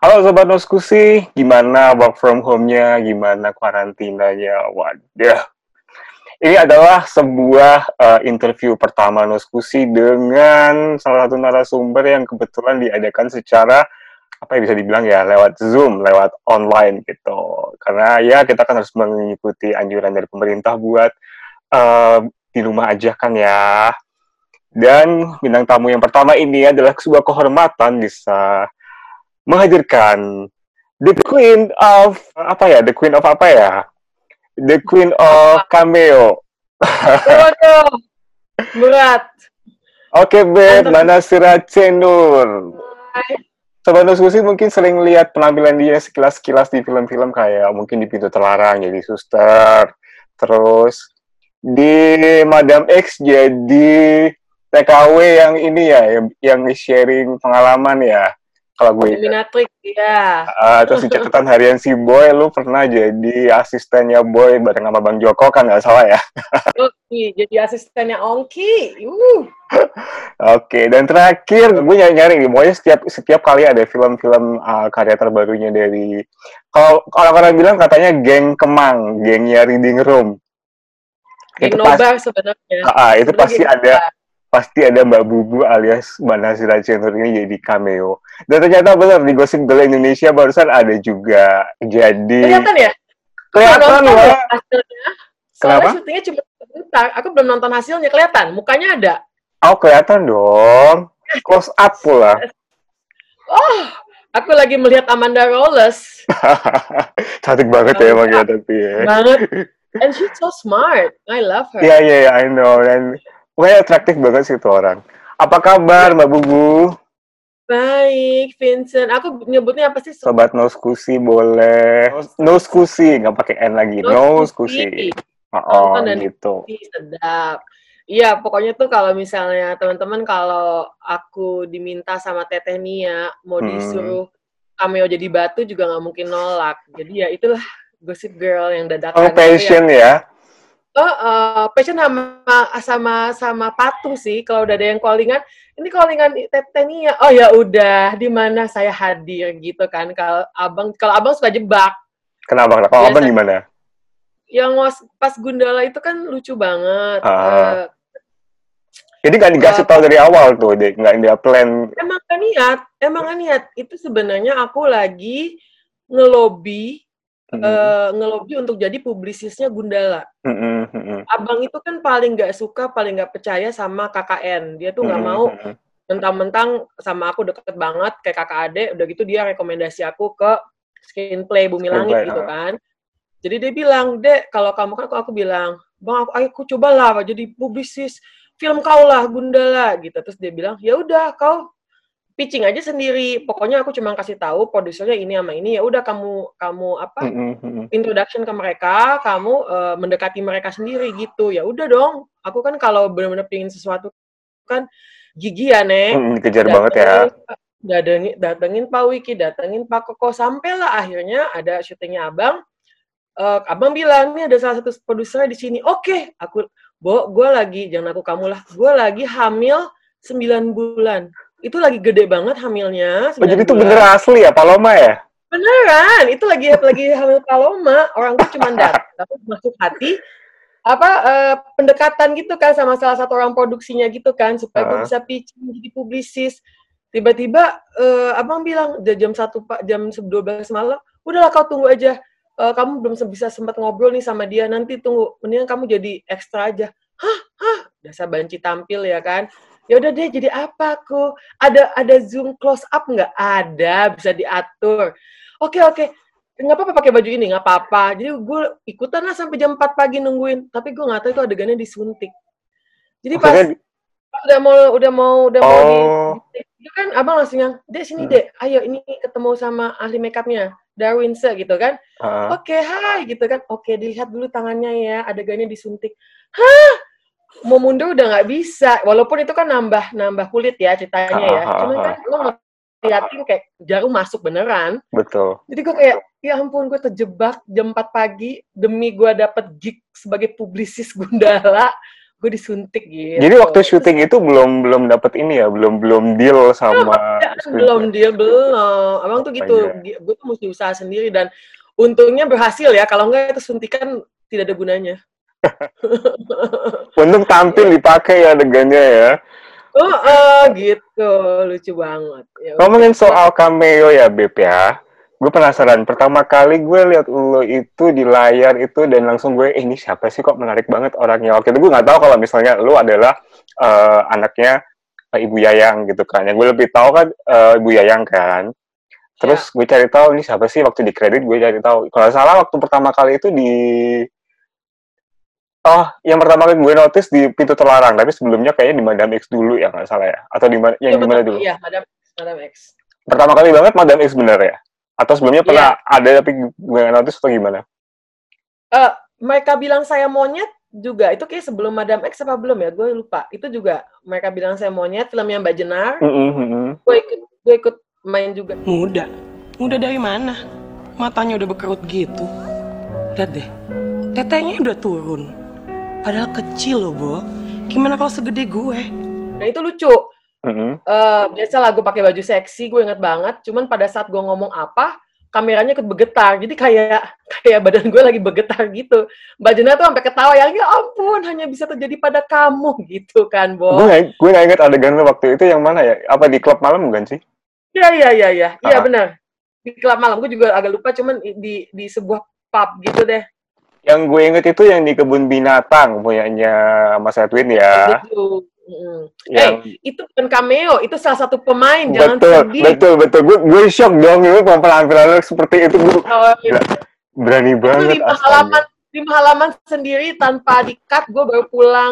Halo Sobat Noskusi, gimana work from home-nya, gimana karantinanya? Waduh, ini adalah sebuah interview pertama Noskusi dengan salah satu narasumber yang kebetulan diadakan secara, apa ya bisa dibilang ya, lewat Zoom, lewat online gitu. Karena ya kita kan harus mengikuti anjuran dari pemerintah buat eh, di rumah aja kan ya. Dan bintang tamu yang pertama ini adalah sebuah kehormatan bisa menghadirkan The Queen of apa ya? The Queen of apa ya? The Queen of Apa? Cameo. Waduh, berat. Oke, Beb, Antara mana Siracenur? Sobat Diskusi mungkin sering lihat penampilan dia sekilas-sekilas di film-film kayak mungkin di Pintu Terlarang jadi suster, terus di Madam X jadi TKW yang ini ya, yang sharing pengalaman ya. Kalau gue ingat. dominatrix, ya. Terus di catatan harian si Boy, lu pernah jadi asistennya Boy bareng sama Bang Joko kan nggak salah ya? Oke, jadi asistennya Ongki. Oke, dan terakhir gue nyari-nyari nih, pokoknya setiap kali ada film-film karya terbarunya dari, kalau orang-orang bilang katanya geng Kemang, gengnya Reading Room. Geng Itu pas, nobar sebenarnya. itu Sebenarnya geng nobar. pasti ada Mbak Bubu alias Mbak Nasira Cenur ini jadi cameo. Dan ternyata benar di Gossip Girl Indonesia barusan ada juga. Jadi Kelihatan ya? Aku belum kelihatan nonton loh lah. hasilnya. Soalnya Kenapa? syutingnya cuma sebentar. Aku belum nonton hasilnya. Kelihatan, mukanya ada. Oh, kelihatan dong. Close up pula. Oh, aku lagi melihat Amanda Rolles. Cantik banget ya emang ya tapi ya. Banget. And she's so smart. I love Iya, her. iya, iya, I know. Dan pokoknya atraktif banget sih itu orang. Apa kabar Ya, Mbak Bubu? baik, Vincent. Aku nyebutnya apa sih? Sobat Noskusi boleh. Noskusi, nggak pakai N lagi. Diskusi. Noskusi. Oh, Nonton dan gitu. diskusi, sedap. Iya, pokoknya tuh kalau misalnya teman-teman kalau aku diminta sama Teteh Nia mau Hmm. disuruh cameo jadi batu juga nggak mungkin nolak. Jadi ya itulah Gossip Girl yang Oh, dadakan gitu ya. passion ya. Passion sama patung sih. Kalau udah ada yang callingan, ini callingan Teteh Nia. Oh ya udah, di mana saya hadir gitu kan. Kalau abang suka jebak. Kenapa? Kalau abang Biasa gimana? yang pas Gundala itu kan lucu banget. Ah, jadi nggak dikasih tahu Pas dari awal tuh, deh. Nggak dia plan. emang kan niat. Itu sebenarnya aku lagi ngelobi Hmm, ngelobi untuk jadi publisisnya Gundala. hmm, hmm, Abang itu kan paling nggak suka, paling nggak percaya sama KKN. Dia tuh nggak hmm, mau hmm, mentang-mentang sama aku deket banget kayak kakak adik, udah gitu dia rekomendasi aku ke screenplay Bumi Langit screenplay. gitu kan. Jadi dia bilang, Dek, kalau kamu kan aku bilang, Bang, aku cobalah jadi publisis film kau lah, Gundala gitu. Terus dia bilang, ya udah kau pitching aja sendiri. Pokoknya aku cuma kasih tahu produsernya ini sama ini. Ya udah kamu apa Hmm, hmm. introduction ke mereka, kamu mendekati mereka sendiri gitu. Ya udah dong. Aku kan kalau benar-benar pingin sesuatu kan gigi ya, Nek. Dikejar banget ya. Datengin datengin Pak Wiki, datengin Pak Koko, sampailah akhirnya ada syutingnya Abang. Abang bilang, "Nih ada salah satu produsernya di sini." Oke, aku, gue lagi, jangan aku kamu lah, gue lagi hamil 9 bulan. Itu lagi gede banget hamilnya, Oh, 9 jadi itu bener bulan. asli ya, Paloma ya? Beneran, itu lagi hamil Paloma. Orang gue cuma datang masuk hati, pendekatan gitu kan sama salah satu orang produksinya gitu kan, supaya gue Heeh. bisa pitching jadi publisis. Tiba-tiba abang bilang, jam 1, jam 12 malam, udahlah kau tunggu aja. Kamu belum bisa sempat ngobrol nih sama dia, nanti tunggu, mendingan kamu jadi ekstra aja. Hah, dasar banci tampil ya kan. Ya udah deh, jadi apa aku? Ada zoom close up nggak? Ada, bisa diatur. Oke, nggak apa-apa pakai baju ini, nggak apa-apa. Jadi gue ikutan lah sampai jam 4 pagi nungguin. Tapi gue nggak tahu itu adegannya disuntik. Jadi pas Maksudnya, udah mau oh, itu kan abang langsung yang, Dek sini Dek, ayo ini ketemu sama ahli makeupnya, Darwin Se gitu kan. heeh. Oke, hai gitu kan. Oke, dilihat dulu tangannya ya, adegannya disuntik. Hah? Mau mundur udah nggak bisa. Walaupun itu kan nambah kulit ya ceritanya Heeh, ya. heeh, Cuman kan heeh. lo ngeliatin kayak jarum masuk beneran. Betul. Jadi gue kayak, ya ampun gue terjebak jam 4 pagi demi gue dapet gig sebagai publisis Gundala. gue disuntik gitu. Jadi waktu syuting itu belum dapet ini ya, belum deal sama belum dia belum. Abang tuh gitu, gue tuh mesti usaha sendiri dan untungnya berhasil ya. Kalau enggak itu suntikan tidak ada gunanya. Untung tampil dipakai ya adegannya ya. Gitu, lucu banget. Ya, Ngomongin soal cameo ya Beb ya, gue penasaran. Pertama kali gue lihat lo itu di layar itu dan langsung gue, ini siapa sih kok menarik banget orangnya. Waktu itu gue nggak tahu kalau misalnya lo adalah anaknya Ibu Yayang gitu kan. Yang gue lebih tahu kan Ibu Yayang kan. Terus gue cari tahu ini siapa sih waktu di kredit gue cari tahu. Kalau salah waktu pertama kali itu yang pertama kali gue notice di Pintu Terlarang, tapi sebelumnya kayaknya di Madam X dulu ya nggak salah ya. Atau yang di mana dulu? Iya, Madam X. Pertama kali banget Madam X bener ya? Atau sebelumnya pernah ada tapi gue nggak notice atau gimana? Mereka bilang saya monyet juga, itu kayak sebelum Madam X apa belum ya? Gue lupa. Itu juga mereka bilang saya monyet, filmnya Mbak Jenar. Gue ikut main juga. Muda dari mana? Matanya udah berkerut gitu. Lihat deh, tetenya udah turun. Padahal kecil loh, Bo. Gimana kalau segede gue? Nah itu lucu. Biasalah gue pakai baju seksi, gue inget banget. Cuman pada saat gue ngomong apa, kameranya ikut bergetar. Jadi kayak badan gue lagi bergetar gitu. Mbak Jena tuh sampai ketawa, ya ampun, hanya bisa terjadi pada kamu gitu kan, Bo. Gue nggak inget adegan waktu itu yang mana ya? Apa di klub malam bukan sih? Iya benar. Di klub malam, gue juga agak lupa, cuman di sebuah pub gitu deh. Yang gue inget itu yang di kebun binatang punyanya Mas Edwin ya. Itu bukan cameo, itu salah satu pemain. Jangan sedih. Betul. Gue shock dong, itu penampilan seperti itu. Berani banget. 5 halaman sendiri tanpa di-cut. Gue baru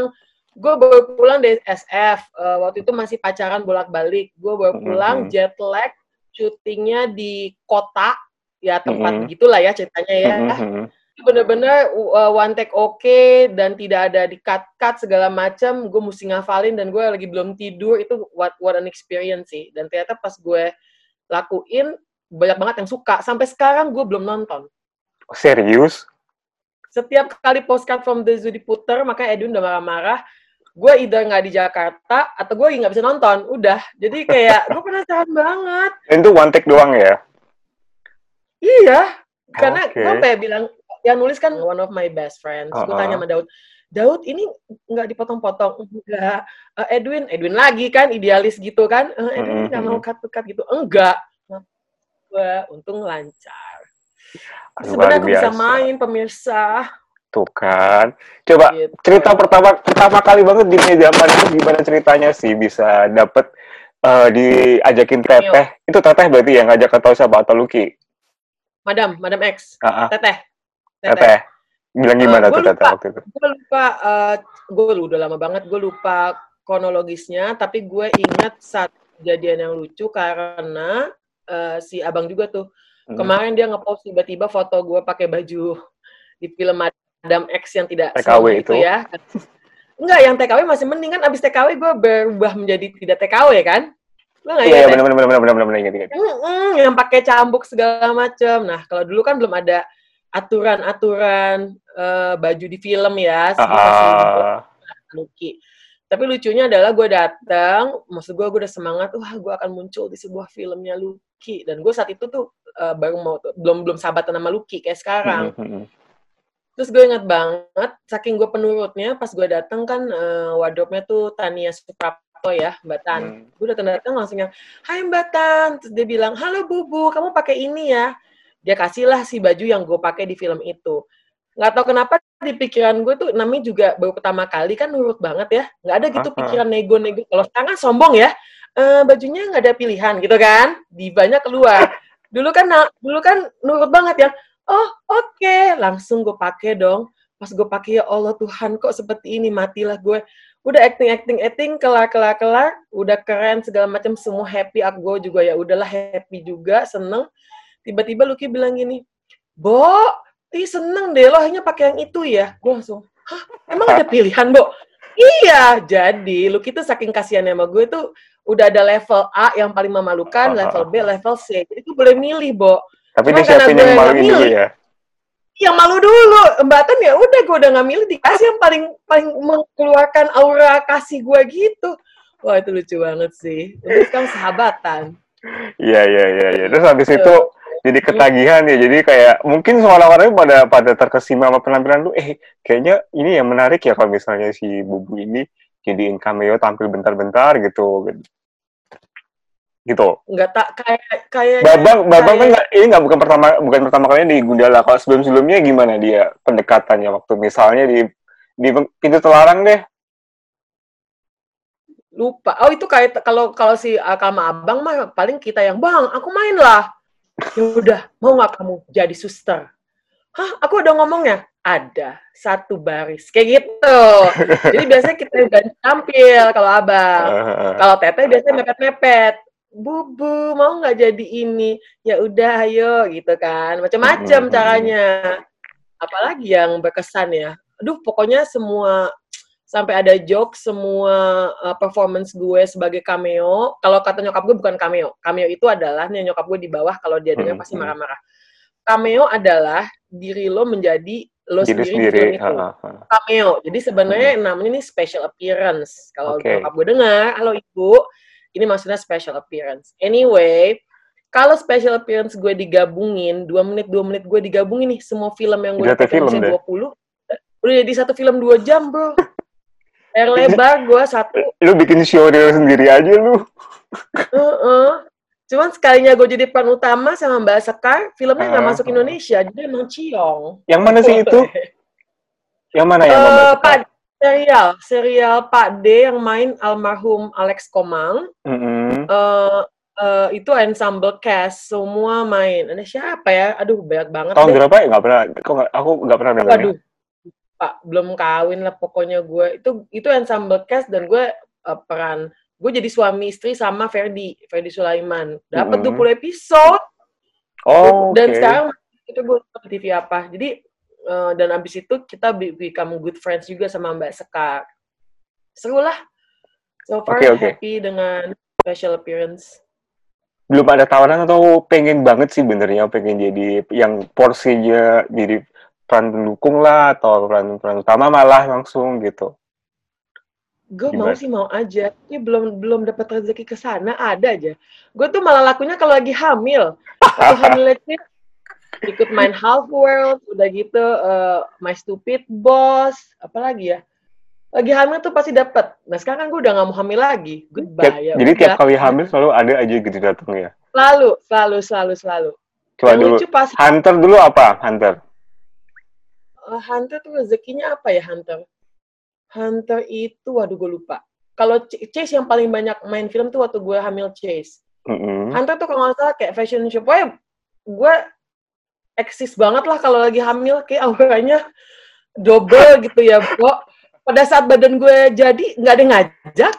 pulang dari SF. Waktu itu masih pacaran bolak-balik. Gue baru pulang, jet lag, syutingnya di kota, ya tempat gitulah ya ceritanya ya. Bener-bener one take dan tidak ada di cut segala macam. Gue mesti ngafalin dan gue lagi belum tidur. Itu what an experience sih. Dan ternyata pas gue lakuin banyak banget yang suka. Sampai sekarang gue belum nonton. Serius? Setiap kali postcard from the zoo diputer, makanya Edwin udah marah-marah. Gue either nggak di Jakarta atau gue nggak bisa nonton. Udah. Jadi kayak gue penasaran banget. Dan itu one take doang ya? Iya. Karena gue sampai bilang, yang nulis kan one of my best friends. Gue tanya sama Daud, ini nggak dipotong-potong? Enggak. Edwin lagi kan, idealis gitu kan. Edwin nggak mau cut gitu. Enggak. Gue untung lancar. Sebenarnya aku bisa main, pemirsa. Tuh kan. Coba gitu. Cerita pertama kali banget di Mejaman itu gimana ceritanya sih bisa dapet diajakin Teteh. Itu Teteh berarti yang ngajak atau siapa atau Lucky? Madam X. Teteh. Bilang gimana tuh Teteh waktu itu? Gue udah lama banget, gue lupa kronologisnya, tapi gue ingat saat kejadian yang lucu karena si abang juga tuh, kemarin dia ngepost tiba-tiba foto gue pakai baju di film Madam X yang tidak TKW itu ya. Enggak, yang TKW masih mending kan, abis TKW gue berubah menjadi tidak TKW kan? Iya, benar ingat. Yang pakai cambuk segala macam. Nah, kalau dulu kan belum ada aturan baju di film ya, Lucky. Tapi lucunya adalah gue datang, maksud gue udah semangat, gue akan muncul di sebuah filmnya Lucky. Dan gue saat itu tuh belum sahabatan sama Lucky kayak sekarang. Terus gue ingat banget, saking gue penurutnya, pas gue datang kan wardrobe-nya tuh Tania Suprapto ya, Mbak Tan. Gue datang langsung yang, hai Mbak Tan. Terus dia bilang, halo Bubu, kamu pakai ini ya. Dia kasihlah si baju yang gue pakai di film itu. Nggak tahu kenapa di pikiran gue tuh, namanya juga baru pertama kali kan nurut banget ya. Nggak ada gitu pikiran nego-nego. Kalau sekarang kan sombong ya, bajunya nggak ada pilihan gitu kan. Divanya keluar. Dulu kan nurut banget ya. Oh oke. Langsung gue pakai dong. Pas gue pakai, ya Allah Tuhan kok seperti ini, matilah gue. Udah acting, kelar. Udah keren segala macam, semua happy. Aku juga ya udahlah happy juga, seneng. Tiba-tiba Lucky bilang gini, Bo, seneng deh lo hanya pakai yang itu ya. Gue langsung, hah? Emang ada pilihan, Bo? Iya, jadi Lucky tuh saking kasihannya sama gue tuh udah ada level A yang paling memalukan, level B, level C. Jadi gue boleh milih, Bo. Tapi dia siapin yang paling dulu ya? yang malu dulu. Mbak Tan ya udah gue udah nggak milih, dikasih yang paling mengeluarkan aura kasih gue gitu. Wah itu lucu banget sih. Udah sekarang sahabatan. Iya. Terus habis Gitu. itu jadi ketagihan ya. Jadi kayak mungkin orang-orang pada terkesima sama penampilan lu. Kayaknya ini yang menarik ya kalau misalnya si Bubu ini jadiin cameo tampil bentar-bentar gitu. Gitu. Nggak tak kayaknya Babang kan nggak, ini nggak bukan pertama kalinya di Gundala. Kalau sebelumnya gimana dia pendekatannya waktu misalnya di pintu terlarang deh. lupa. Oh itu kayak kalau si Akal sama Abang mah paling kita yang bang, aku main lah. Ya udah, mau nggak kamu jadi suster? Hah, aku udah ngomongnya. Ada satu baris kayak gitu. Jadi biasanya kita ganti tampil kalau Abang. Kalau Teteh biasanya mepet-mepet. Bubu mau nggak jadi ini? Ya udah, ayo gitu kan. Macam-macam caranya. Apalagi yang berkesan ya. Aduh, pokoknya semua sampai ada joke, semua performance gue sebagai cameo. Kalau kata nyokap gue bukan cameo. Cameo itu adalah nih nyokap gue di bawah kalau dia dengar pasti marah-marah. Cameo adalah diri lo menjadi lo sendiri di film itu. Cameo. Jadi sebenarnya namanya ini special appearance. Kalau nyokap gue dengar, halo ibu, ini maksudnya special appearance. Anyway, kalau special appearance gue digabungin, 2 menit gue digabungin nih, semua film yang gue pegang usia 20, udah jadi satu film 2 jam, bro. Yang lebar gue satu. Lu bikin show sendiri aja lu. Cuman sekalinya gue jadi peran utama sama Mbak Sekar, filmnya nggak masuk Indonesia, jadi emang ciong. Yang mana sih itu? Yang mana yang Mbak Sekar? Serial Pak D yang main almarhum Alex Komang. Itu ensemble cast, semua main. Ada siapa ya? Aduh, banyak banget. Tahun berapa ya? Nggak pernah. Aku nggak pernah dengar. Aduh, Pak, belum kawin lah pokoknya gue. Itu ensemble cast dan gue peran. Gue jadi suami istri sama Ferdi Sulaiman. Dapat 20 episode. Dan sekarang itu gue nonton TV apa. Jadi dan abis itu kita become good friends juga sama Mbak Sekar. Seru lah. So far happy dengan special appearance. Belum ada tawaran atau pengen banget sih benernya pengen jadi yang porsinya jadi peran pendukung lah atau peran utama malah langsung gitu. Gue mau aja, tapi belum dapat rezeki ke sana, ada aja. Gue tuh malah lakunya kalau lagi hamil. Waktu hamil ikut main Half World, udah gitu My Stupid Boss, apalagi ya. Lagi hamil tuh pasti dapat. Nah sekarang kan gue udah gak mau hamil lagi. Goodbye. Jadi tiap kali hamil selalu ada aja gitu datangnya. Selalu. Coba dulu. Lucu pas Hunter dulu apa? Hunter tuh rezekinya apa ya Hunter? Hunter itu, waduh gue lupa. Kalau Chase yang paling banyak main film tuh waktu gue hamil Chase. Hunter tuh kalau nggak salah kayak fashion show. Pokoknya gue eksis banget lah kalau lagi hamil. Kayak auranya double gitu ya, Bo. Pada saat badan gue jadi, nggak ada ngajak.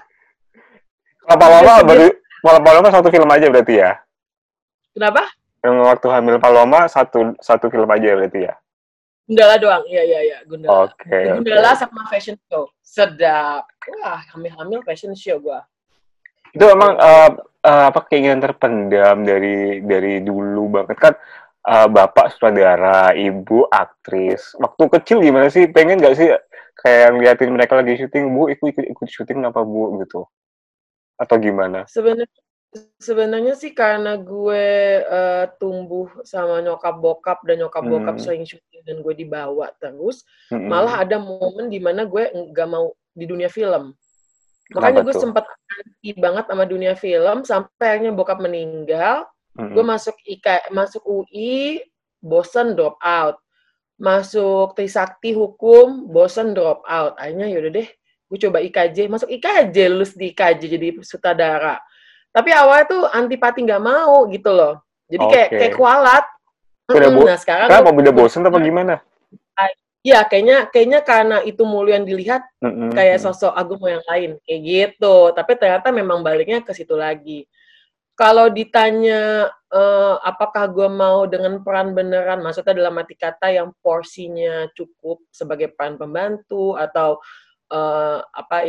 Paloma satu film aja berarti ya? Kenapa? Yang waktu hamil Paloma satu film aja berarti ya? Gundala doang, iya, Gundala. Gundala Okay. sama fashion show, sedap. Wah, hamil fashion show gua. Itu emang keinginan terpendam dari dulu banget kan. Bapak sutradara, ibu aktris. Waktu kecil gimana sih? Pengen nggak sih kayak ngeliatin mereka lagi syuting, Bu, ikut syuting apa Bu gitu? Atau gimana? Sebenarnya sih karena gue tumbuh sama nyokap bokap dan nyokap bokap sering syuting dan gue dibawa terus, malah ada momen dimana gue nggak mau di dunia film. Makanya gue sempat anti banget sama dunia film sampai akhirnya bokap meninggal. Gue masuk UI, bosen drop out. Masuk Trisakti Hukum, bosen drop out. Akhirnya yaudah deh, gue coba IKJ. Masuk IKJ, lulus di IKJ jadi sutradara. Tapi awalnya tuh antipati nggak mau gitu loh. Jadi kayak kualat. Nah sekarang kenapa udah bosen apa gimana? Iya, kayaknya karena itu mulu yang dilihat kayak sosok aku mau yang lain kayak gitu. Tapi ternyata memang baliknya ke situ lagi. Kalau ditanya apakah gue mau dengan peran beneran, maksudnya dalam arti kata yang porsinya cukup sebagai peran pembantu atau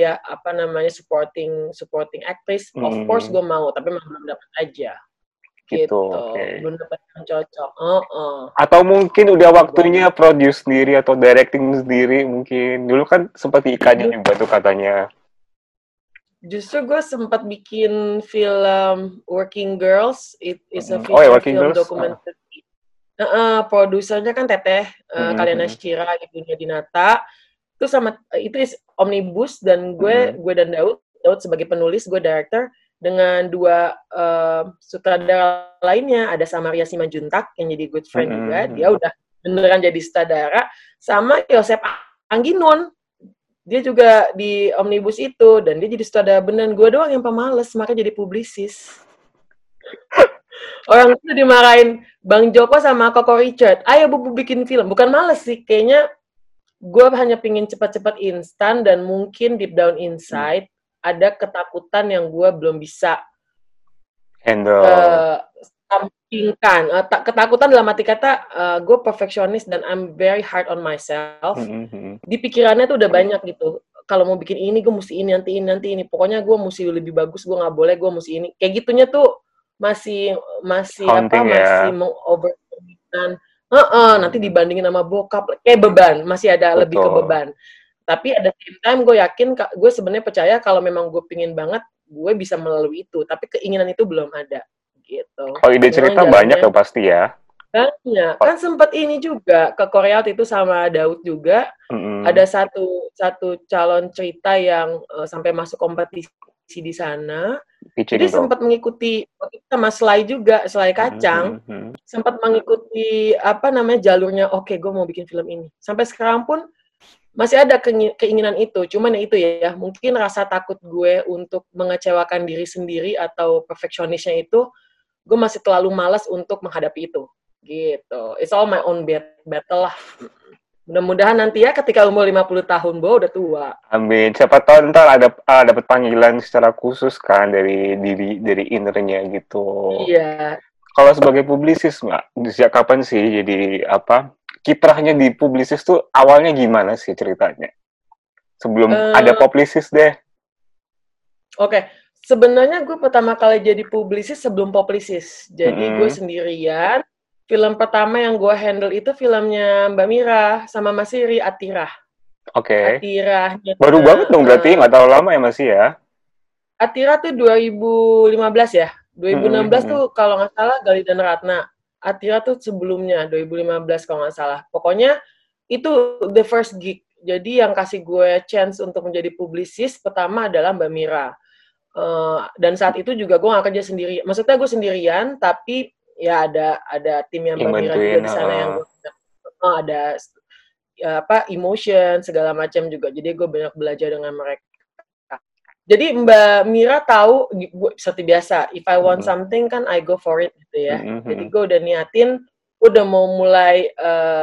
supporting actress, of course gue mau, tapi memang belum dapat aja. gitu. gitu. Oke. Bener-bener cocok. Atau mungkin udah Gitu, Bob. waktunya produce sendiri atau directing sendiri mungkin. Dulu kan sempat ikannya juga tuh katanya. Justru gue sempat bikin film Working Girls. It is a Oh ya, feature Working film Girls. documentary. Produsernya kan Teteh, Kaliana Shira, Dunia Dinata. Itu sama itu is omnibus dan gue dan Daud sebagai penulis, gue director dengan dua sutradara lainnya, ada Samaria Simanjuntak yang jadi good friend juga, dia udah beneran jadi sutradara, sama Yosep Angginun, dia juga di omnibus itu dan dia jadi sutradara beneran. Gue doang yang pemales, makanya jadi publisis. Orang itu dimarahin Bang Joko sama Koko Richard, ayo Bu bikin film. Bukan males sih, kayaknya gue hanya pingin cepat-cepat instan dan mungkin deep down inside ada ketakutan yang gue belum bisa sampingkan. Ketakutan dalam arti kata gue perfeksionis dan I'm very hard on myself. Di pikirannya tuh udah banyak gitu. Kalau mau bikin ini gue mesti ini nanti ini. Pokoknya gue mesti lebih bagus, gue nggak boleh, gue mesti ini. Kayak gitunya tuh masih Haunting masih ya. mengoverkan. Nanti dibandingin sama bokap, kayak beban, masih ada lebih ke beban. Tapi at the same time gue yakin, gue sebenarnya percaya kalau memang gue pingin banget, gue bisa melalui itu. Tapi keinginan itu belum ada, gitu. Kalau ide cerita banyak ya pasti ya. Banyak. Kan sempat ini juga ke Korea waktu itu sama Daud juga. Ada satu calon cerita yang sampai masuk kompetisi di sana. Jadi sempat mengikuti sama Slay juga, Slay Kacang. Sempat mengikuti jalurnya, oke, gue mau bikin film ini. Sampai sekarang pun masih ada keinginan itu. Cuman itu ya, mungkin rasa takut gue untuk mengecewakan diri sendiri atau perfeksionisnya itu, gue masih terlalu malas untuk menghadapi itu. Gitu. It's all my own battle lah. Mudah-mudahan nanti ya ketika umur 50 tahun, Bo, udah tua. Amin. Siapa tahu ntar dapat panggilan secara khusus kan dari innernya gitu. Iya. Kalau sebagai publisis, Mbak, sejak kapan sih jadi kiprahnya di publisis tuh awalnya gimana sih ceritanya? Sebelum ada publisis deh. Oke. Sebenarnya gue pertama kali jadi publisis sebelum publisis. Jadi gue sendirian. Film pertama yang gue handle itu filmnya Mbak Mira sama Mas Siri, Atirah. Oke. Atirahnya. Baru banget dong berarti, nggak terlalu lama ya masih ya? Atirah tuh 2015 ya. 2016 tuh kalau nggak salah Gali dan Ratna. Atirah tuh sebelumnya, 2015 kalau nggak salah. Pokoknya itu the first gig. Jadi yang kasih gue chance untuk menjadi publisis pertama adalah Mbak Mira. Dan saat itu juga gue nggak kerja sendiri. Maksudnya gue sendirian, tapi ya ada tim yang Mbak Mira juga di sana yang gue ada emotion segala macam juga. Jadi gue banyak belajar dengan mereka. Jadi Mbak Mira tahu seperti biasa, if I want something kan I go for it gitu ya. Jadi gue udah niatin, udah mau mulai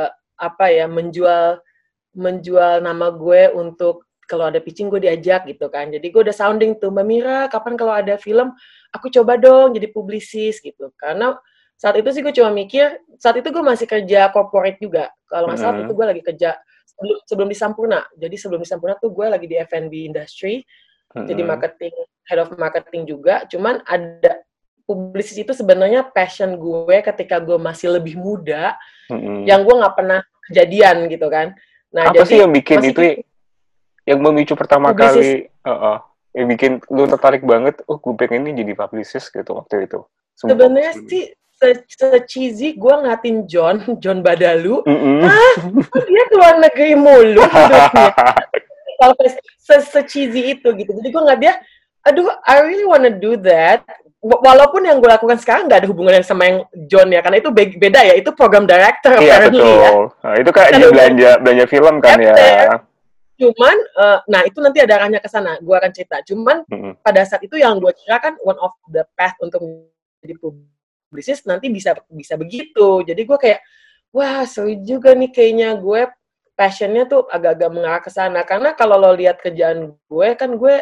menjual nama gue untuk kalau ada pitching gue diajak gitu kan. Jadi gue udah sounding tuh, Mbak Mira, kapan kalau ada film, aku coba dong jadi publisis gitu. Karena saat itu sih gue cuma mikir, saat itu gue masih kerja corporate juga. Kalau nggak salah itu gue lagi kerja sebelum di Sampurna. Jadi sebelum di Sampurna tuh gue lagi di F&B industry, jadi head of marketing juga. Cuman ada publisis itu sebenarnya passion gue ketika gue masih lebih muda, yang gue nggak pernah kejadian gitu kan. Nah, apa jadi sih yang bikin itu yang memicu pertama kali yang bikin lu tertarik banget, gue pengen ini jadi publicist gitu waktu itu? Sebenarnya sih se-cheesy gue ngeliatin John Badalu, dia keluar negeri mulu hidupnya. Se-cheesy itu gitu. Jadi gue ngeliat dia, aduh, I really wanna do that. Walaupun yang gue lakukan sekarang nggak ada hubungannya sama yang John ya, karena itu beda ya, itu program director apparently ya. Nah, itu kan belanja film kan ya. Cuman, nah itu nanti ada arahnya ke sana, gue akan cerita. Cuman pada saat itu yang gue kira kan one of the path untuk jadi publisis nanti bisa begitu. Jadi gue kayak, wah seru juga nih kayaknya gue passionnya tuh agak-agak mengarah ke sana. Karena kalau lo lihat kerjaan gue, kan gue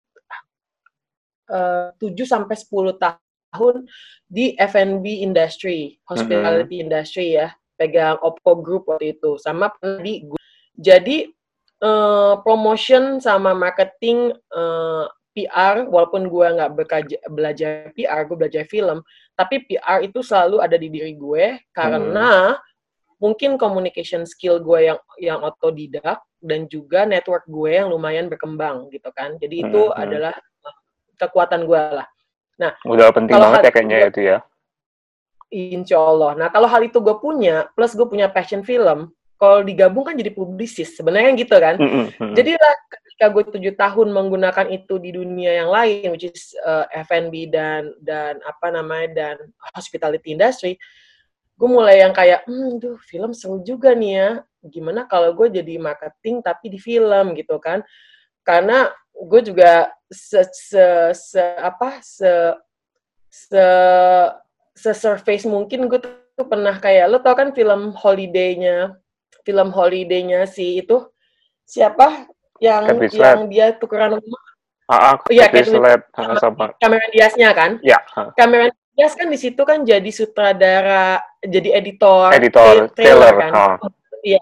7-10 tahun di F&B industry, hospitality industry ya, pegang Opco Group waktu itu, sama jadi promotion sama marketing PR, walaupun gue nggak belajar PR, gue belajar film, tapi PR itu selalu ada di diri gue karena mungkin communication skill gue yang otodidak dan juga network gue yang lumayan berkembang gitu kan. Jadi itu adalah kekuatan gue lah. Nah, udah penting banget ya kayaknya itu ya. Insya Allah. Nah, kalau hal itu gue punya, plus gue punya passion film, kalau digabung kan jadi publisis, sebenarnya gitu kan. Jadilah ketika gue 7 tahun menggunakan itu di dunia yang lain, which is F&B dan hospitality industry, gue mulai yang kayak, film seru juga nih ya. Gimana kalau gue jadi marketing tapi di film gitu kan? Karena gue juga surface mungkin gue tuh pernah kayak, lo tau kan film holidaynya si itu siapa yang dia tukeran rumah? Iya, Kate Winslet sama Cameron Diaz-nya kan? Ya. Cameron Diaz kan di situ kan jadi sutradara, jadi editor trailer kan? Iya.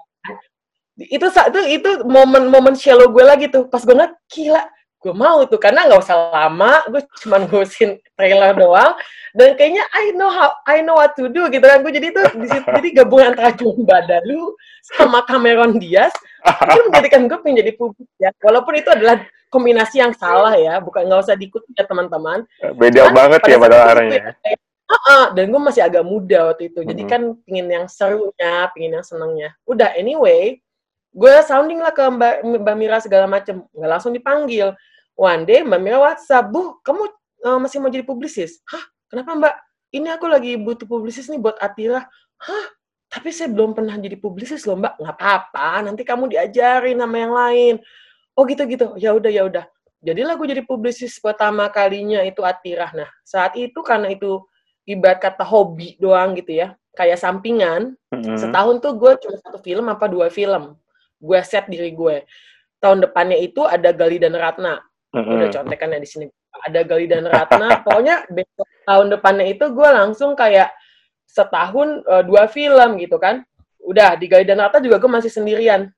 Itu momen shallow gue lagi tuh. Pas gue ngeliat, gila, gue mau tuh karena nggak usah lama, gue cuma ngurusin trailer doang dan kayaknya I know what to do gitu kan. Gue jadi tuh di situ jadi gabungan antara John Badalu sama Cameron Diaz itu menjadikan gue pengen jadi publik ya, walaupun itu adalah kombinasi yang salah ya, nggak usah diikuti ya teman-teman. Beda banget ya pada arahnya. Dan gue masih agak muda waktu itu, jadi kan pingin yang serunya, pingin yang senengnya. Udah anyway, gue sounding lah ke Mbak Mira segala macem, nggak langsung dipanggil. One day Mbak Mira WhatsApp, Bu, kamu masih mau jadi publisis? Hah? Kenapa Mbak? Ini aku lagi butuh publisis nih buat Atira. Hah? Tapi saya belum pernah jadi publisis loh Mbak. Nggak apa-apa, nanti kamu diajarin sama yang lain. Oh gitu-gitu, ya udah. Jadilah gue jadi publisis pertama kalinya itu Atira. Nah, saat itu karena itu ibarat kata hobi doang gitu ya, kayak sampingan. Setahun tuh gue cuma 1 film apa 2 film. Gue set diri gue. Tahun depannya itu ada Gali dan Ratna. Udah contekannya di sini. Ada Gali dan Ratna. Pokoknya tahun depannya itu gue langsung kayak setahun 2 film gitu kan. Udah di Gali dan Ratna juga gue masih sendirian.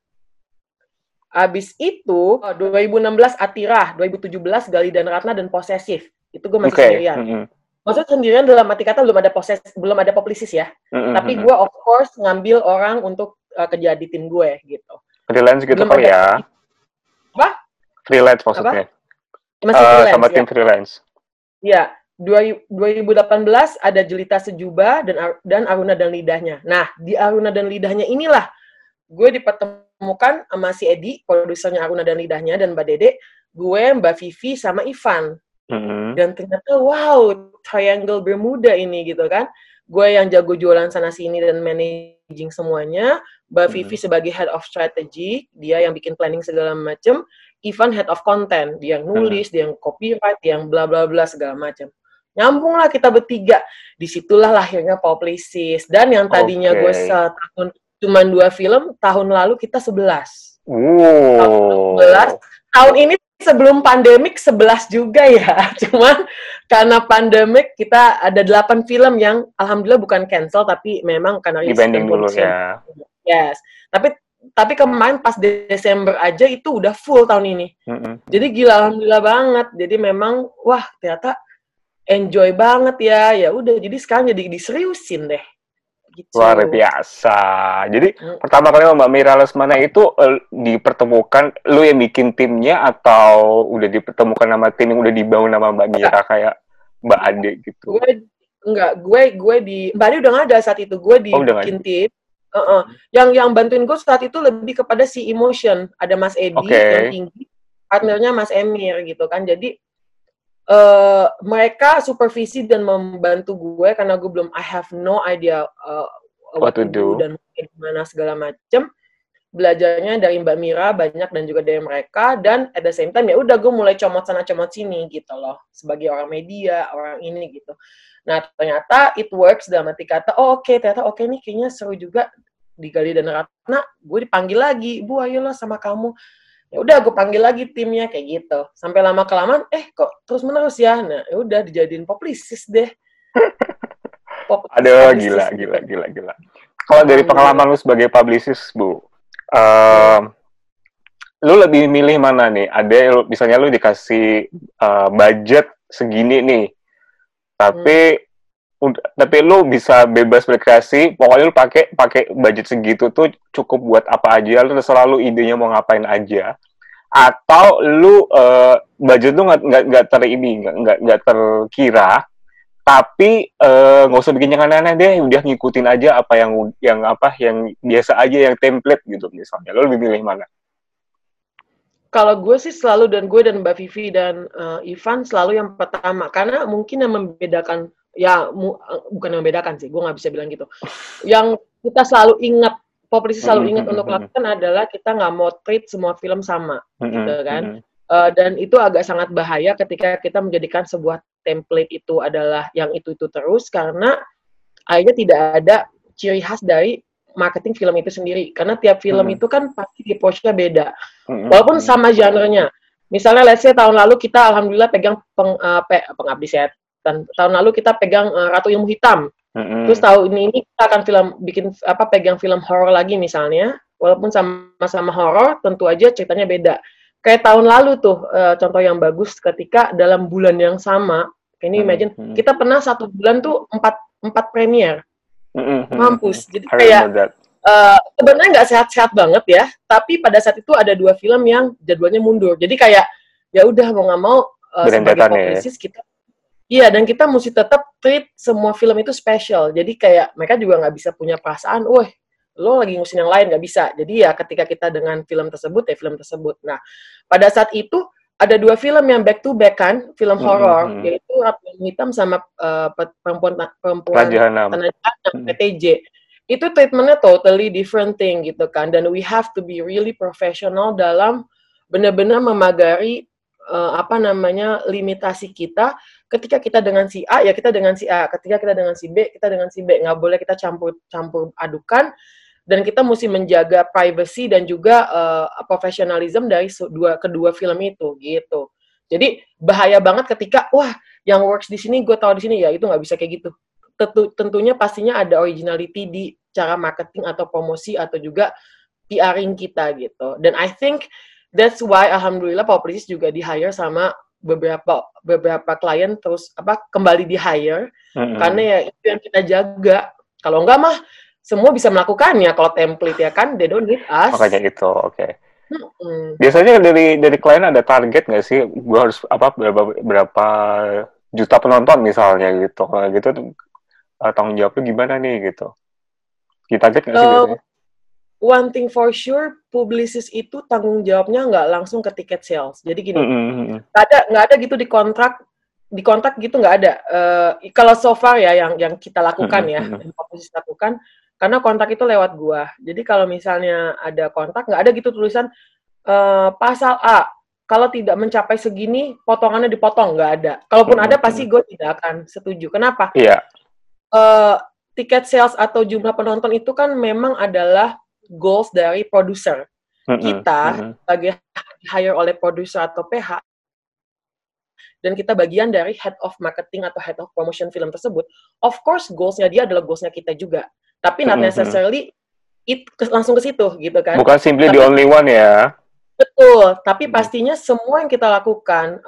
Abis itu 2016 Atira, 2017 Gali dan Ratna dan Posesif. Itu gue masih sendirian. Maksudnya sendirian dalam arti kata belum ada publisis ya. Tapi gue of course ngambil orang untuk kerja di tim gue gitu. Freelance gitu kali ya. Apa? Freelance maksudnya. Masih freelance sama tim freelance. Iya. 2018 ada Jelita Sejuba dan Aruna dan Lidahnya. Nah, di Aruna dan Lidahnya inilah gue dipertemukan sama si Edi, produsernya Aruna dan Lidahnya, dan Mbak Dede, gue, Mbak Vivi, sama Ivan. Dan ternyata, wow, triangle Bermuda ini gitu kan. Gue yang jago jualan sana-sini dan managing semuanya. Mbak Vivi sebagai head of strategy, dia yang bikin planning segala macem. Ivan head of content, dia yang nulis, dia yang copyright, dia yang bla bla bla segala macam. Nyambung lah kita bertiga. Disitulah lahirnya Publicis. Dan yang tadinya gue setahun cuma 2 film, tahun lalu kita 11. Tahun ini sebelum pandemik 11 juga ya. Cuman karena pandemik kita ada 8 film yang alhamdulillah bukan cancel, tapi memang karena dibanding dulu ya. Yes. Tapi kemarin pas Desember aja itu udah full tahun ini. Jadi gila, alhamdulillah banget. Jadi memang wah ternyata enjoy banget ya. Ya udah, jadi sekarang jadi diseriusin deh. Gitu. Luar biasa. Jadi pertama kali Mbak Mira Lesmana itu dipertemukan, lu yang bikin timnya atau udah dipertemukan nama tim yang udah dibangun nama Mbak Mira kayak Mbak Ade gitu? Gue di Mbak Ade udah nggak ada saat itu. Gue bikin tim. Yang bantuin gue saat itu lebih kepada si emotion. Ada Mas Edi yang tinggi, partnernya Mas Emir gitu kan. Jadi mereka supervisi dan membantu gue karena gue belum, I have no idea what to do dan gimana segala macem. Belajarnya dari Mbak Mira banyak dan juga dari mereka, dan at the same time ya udah gue mulai comot sana comot sini gitu loh sebagai orang media, orang ini gitu. Nah ternyata it works dalam arti kata ternyata nih kayaknya seru juga di Gali dan Ratna. Gue dipanggil lagi, Bu ayolah sama kamu. Ya udah gue panggil lagi timnya kayak gitu. Sampai lama kelamaan kok terus menerus ya. Nah, ya udah dijadiin Publicis deh. Aduh, gila. Kalau dari pengalaman lu sebagai publicist, Bu, lu lebih milih mana nih? Misalnya lu dikasih budget segini nih, tapi tapi lu bisa bebas berkreasi, pokoknya lu pakai pakai budget segitu tuh cukup buat apa aja, lu terserah lu idenya mau ngapain aja. Atau lu budget lu nggak terkira, tapi nggak usah bikin yang aneh-aneh deh, udah ngikutin aja apa yang biasa aja, yang template gitu misalnya. Lu lebih milih mana? Kalau gue sih selalu, dan gue dan Mbak Vivi dan Ivan selalu yang pertama, karena mungkin yang membedakan, ya bukan yang membedakan sih, gue nggak bisa bilang gitu. Yang kita selalu ingat, Publicis selalu ingat untuk lakukan adalah kita nggak mau treat semua film sama, gitu kan. Dan itu agak sangat bahaya ketika kita menjadikan sebuah template itu adalah yang itu terus, karena akhirnya tidak ada ciri khas dari marketing film itu sendiri. Karena tiap film itu kan pasti approach-nya beda. Walaupun sama genre-nya. Misalnya let's say tahun lalu kita alhamdulillah pegang Pengabdi Setan. Tahun lalu kita pegang Ratu Ilmu Hitam. Terus tahun ini kita akan pegang film horor lagi misalnya. Walaupun sama-sama horor, tentu aja ceritanya beda. Kayak tahun lalu tuh contoh yang bagus ketika dalam bulan yang sama, ini imagine kita pernah satu bulan tuh empat premier. Mampus. Jadi kayak sebenarnya nggak sehat-sehat banget ya, tapi pada saat itu ada 2 film yang jadwalnya mundur. Jadi kayak ya udah mau nggak mau sebagai publicis kita, iya, dan kita mesti tetap treat semua film itu special. Jadi kayak mereka juga nggak bisa punya perasaan, wah lo lagi ngusin yang lain, nggak bisa. Jadi ya ketika kita dengan film tersebut ya film tersebut. Nah pada saat itu ada 2 film yang back to back kan, film horor, yaitu Ratu Ilmu Hitam sama perempuan Tanah Jahanam, PTJ. Itu treatmentnya totally different thing gitu kan, dan we have to be really professional dalam benar-benar memagari limitasi kita. Ketika kita dengan si A ya kita dengan si A, ketika kita dengan si B kita dengan si B, nggak boleh kita campur adukan, dan kita mesti menjaga privacy dan juga profesionalism dari kedua film itu gitu. Jadi bahaya banget ketika wah yang works di sini gue tahu di sini, ya itu nggak bisa kayak gitu. Tentunya pastinya ada originality di cara marketing atau promosi atau juga PR-ing kita gitu. Dan I think that's why alhamdulillah Publicis juga di hire sama beberapa klien, terus kembali di hire karena ya itu yang kita jaga. Kalau enggak mah semua bisa melakukannya kalau template ya kan, they don't need us. Makanya itu, oke. Biasanya dari klien ada target nggak sih? Gue harus berapa juta penonton misalnya gitu. Kalau gitu tanggung jawabnya gimana nih gitu? Ditarget nggak sih biasanya? One thing for sure, Publicis itu tanggung jawabnya nggak langsung ke tiket sales. Jadi gini, nggak ada gitu di kontrak gitu nggak ada. Kalau so far ya yang kita lakukan yang Publicis lakukan, karena kontrak itu lewat gua. Jadi kalau misalnya ada kontrak, nggak ada gitu tulisan pasal A, kalau tidak mencapai segini, potongannya dipotong, nggak ada. Kalaupun ada, pasti gue tidak akan setuju. Kenapa? Iya. Tiket sales atau jumlah penonton itu kan memang adalah goals dari produser. Kita sebagai hire oleh produser atau PH, dan kita bagian dari head of marketing atau head of promotion film tersebut, of course goals-nya dia adalah goals-nya kita juga. Tapi not necessarily langsung ke situ gitu kan. Bukan simply the only one ya. Betul, tapi pastinya semua yang kita lakukan,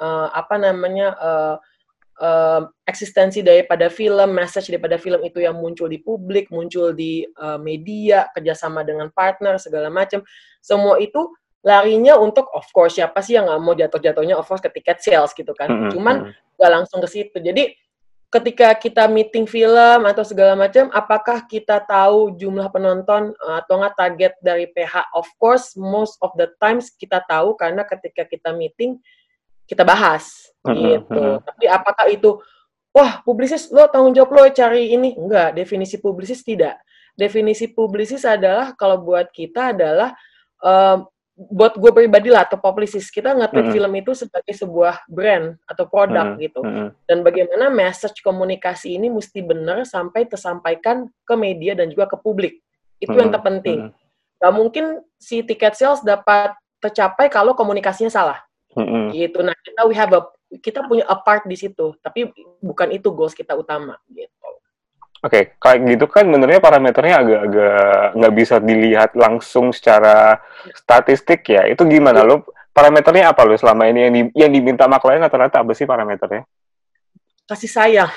eksistensi daripada film, message daripada film itu yang muncul di publik, muncul di media, kerjasama dengan partner, segala macam, semua itu larinya untuk, of course, siapa sih yang nggak mau jatuh-jatuhnya, of course, ke tiket sales gitu kan. Cuman nggak langsung ke situ. Jadi ketika kita meeting film atau segala macam, apakah kita tahu jumlah penonton atau nggak target dari PH? Of course, most of the times kita tahu karena ketika kita meeting, kita bahas gitu. Tapi apakah itu, wah Publicis lo tanggung jawab lo cari ini? Enggak, definisi Publicis tidak. Definisi Publicis adalah, kalau buat kita adalah, buat gue pribadi lah, atau Publicis, kita nge-treat film itu sebagai sebuah brand atau produk gitu. Dan bagaimana message komunikasi ini mesti benar sampai tersampaikan ke media dan juga ke publik. Itu yang terpenting. Gak mungkin si tiket sales dapat tercapai kalau komunikasinya salah. Gitu. Nah, kita punya a part di situ, tapi bukan itu goals kita utama gitu. Oke, kayak gitu kan sebenarnya parameternya agak-agak nggak bisa dilihat langsung secara statistik ya. Itu gimana lo? Parameternya apa lo selama ini yang diminta sama klien rata-rata apa sih parameternya? Kasih sayang.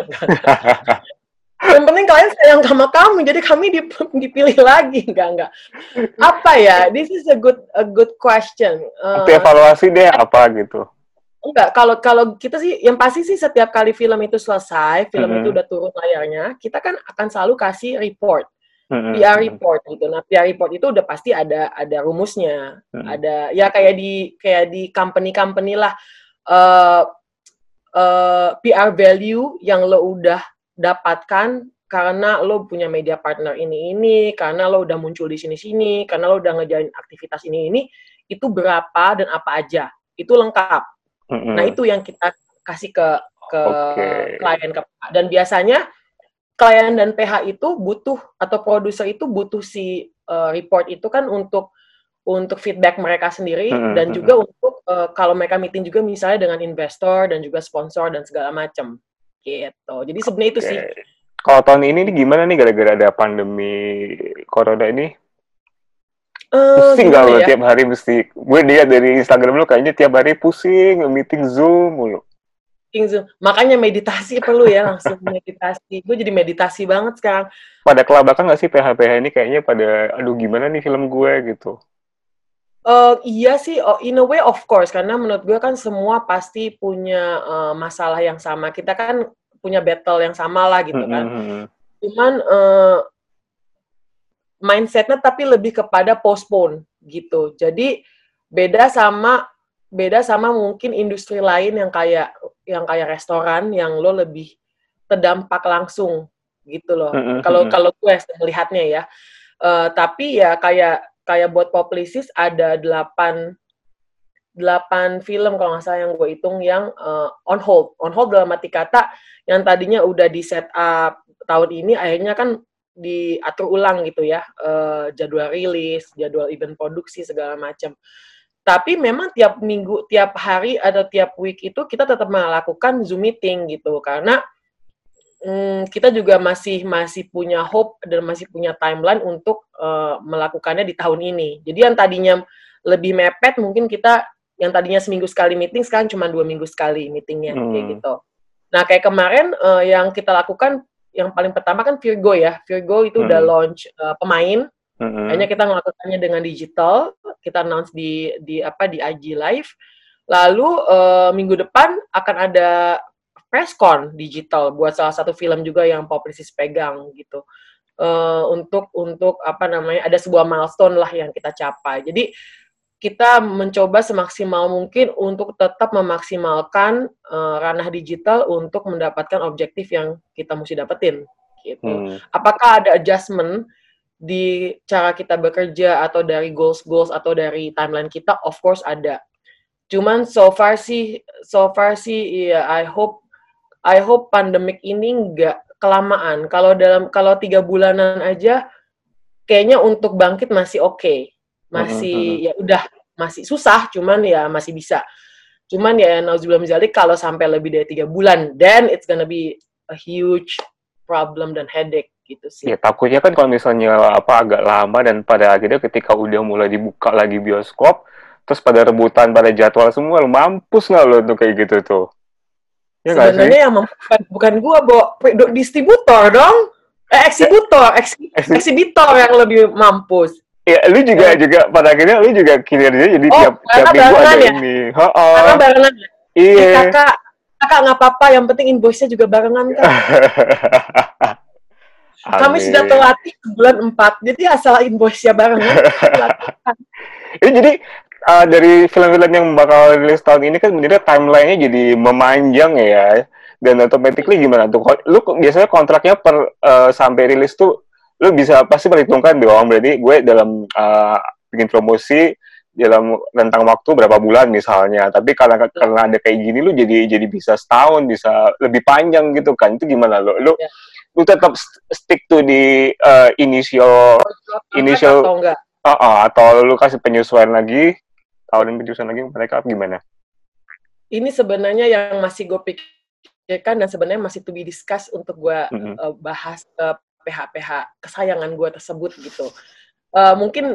Yang penting kalian sayang sama kamu, jadi kami dipilih lagi, enggak. Apa ya? This is a good question. Waktu evaluasi deh apa gitu. Enggak, kalau kita sih, yang pasti sih setiap kali film itu selesai, film itu Mm-mm. udah turun layarnya, kita kan akan selalu kasih report, Mm-mm. PR Mm-mm. report gitu. Nah, PR report itu udah pasti ada rumusnya, Mm-mm. ada ya kayak di company lah, uh, PR value yang lo udah dapatkan karena lo punya media partner ini, karena lo udah muncul di sini, karena lo udah ngejalin aktivitas ini, itu berapa dan apa aja, itu lengkap. Nah, Mm-mm. itu yang kita kasih ke Oke. klien, dan biasanya klien dan PH itu butuh, atau produser itu butuh si report itu kan untuk feedback mereka sendiri, Mm-mm. dan Mm-mm. juga untuk kalau mereka meeting juga misalnya dengan investor dan juga sponsor dan segala macam gitu. Jadi sebenarnya itu Oke. sih. Kalau tahun ini nih gimana nih gara-gara ada pandemi corona ini? Pusing gak Gimana lo ya? tiap hari mesti, gue lihat dari Instagram lo kayaknya tiap hari pusing, meeting Zoom mulu. Zoom. Makanya meditasi perlu ya, langsung meditasi. Gue jadi meditasi banget sekarang. Pada kelabakan gak sih PH-PH ini kayaknya pada, aduh gimana nih film gue gitu. Iya sih, in a way of course, karena menurut gue kan semua pasti punya masalah yang sama. Kita kan punya battle yang sama lah gitu kan. Mm-mm. Cuman mindsetnya tapi lebih kepada postpone gitu. Jadi beda sama mungkin industri lain yang kayak restoran, yang lo lebih terdampak langsung gitu loh. Kalau Mm-mm. kalau gue melihatnya ya. Tapi ya kayak buat Publicis ada 8 film kalau nggak salah yang gue hitung yang on hold. On hold dalam arti kata yang tadinya udah di set up tahun ini akhirnya kan diatur ulang gitu ya, jadwal rilis, jadwal event produksi segala macam. Tapi memang tiap minggu, tiap hari atau tiap week itu kita tetap melakukan Zoom meeting gitu, karena kita juga masih punya hope dan masih punya timeline untuk melakukannya di tahun ini. Jadi yang tadinya lebih mepet, mungkin kita yang tadinya seminggu sekali meeting, sekarang cuma 2 minggu sekali meetingnya, kayak Mm. gitu. Nah, kayak kemarin yang kita lakukan, yang paling pertama kan Virgo ya. Virgo itu udah Mm. launch pemain. Akhirnya Mm. kita melakukannya dengan digital. Kita announce di IG Live. Lalu minggu depan akan ada presscon digital buat salah satu film juga yang Publicis pegang gitu. Untuk apa namanya, ada sebuah milestone lah yang kita capai. Jadi kita mencoba semaksimal mungkin untuk tetap memaksimalkan ranah digital untuk mendapatkan objektif yang kita mesti dapetin gitu. Mm. Apakah ada adjustment di cara kita bekerja atau dari goals atau dari timeline kita? Of course ada. Cuman so far sih ya, I hope pandemik ini nggak kelamaan. Kalau 3 bulanan aja kayaknya untuk bangkit masih oke. Mm. Masih ya udah, masih susah, cuman ya masih bisa. Cuman ya nauzubillah min dzalik, kalau sampai lebih dari 3 bulan, then it's gonna be a huge problem dan headache gitu sih. Ya takutnya kan kalau misalnya apa agak lama dan pada akhirnya ketika udah mulai dibuka lagi bioskop, terus pada rebutan pada jadwal semua, lu mampus nggak lo tuh kayak gitu tuh? Ya nggak sih? Sebenarnya yang bukan gua, distributor dong. Eksibitor yang lebih mampus. Ya, lu juga Ya. pada akhirnya lu juga kinerja jadi Oh, tiap karena minggu ada barengan ya? ini. Karena barengan ya? Iya. Kakak nggak apa-apa, yang penting invoice-nya juga barengan, Kak. Kami sudah Amin. terlatih bulan 4, jadi asal invoice-nya barengan, lakukan. Ini jadi dari film-film yang bakal rilis tahun ini kan sebenarnya timeline-nya jadi memanjang ya. Dan automatically gimana tuh? Lu biasanya kontraknya per sampai rilis tuh lu bisa pasti perhitungkan dong. Berarti gue dalam bikin promosi dalam rentang waktu berapa bulan misalnya. Tapi karena ada kayak gini lu jadi bisa setahun, bisa lebih panjang gitu kan. Itu gimana lu tetap stick to di initial Atau enggak? atau lu kasih penyesuaian lagi, tawarin penyesuaian lagi mereka gimana? Ini sebenarnya yang masih gue pikir pikirkan dan sebenarnya masih to be discussed untuk gue bahas PH-PH kesayangan gue tersebut gitu. Mungkin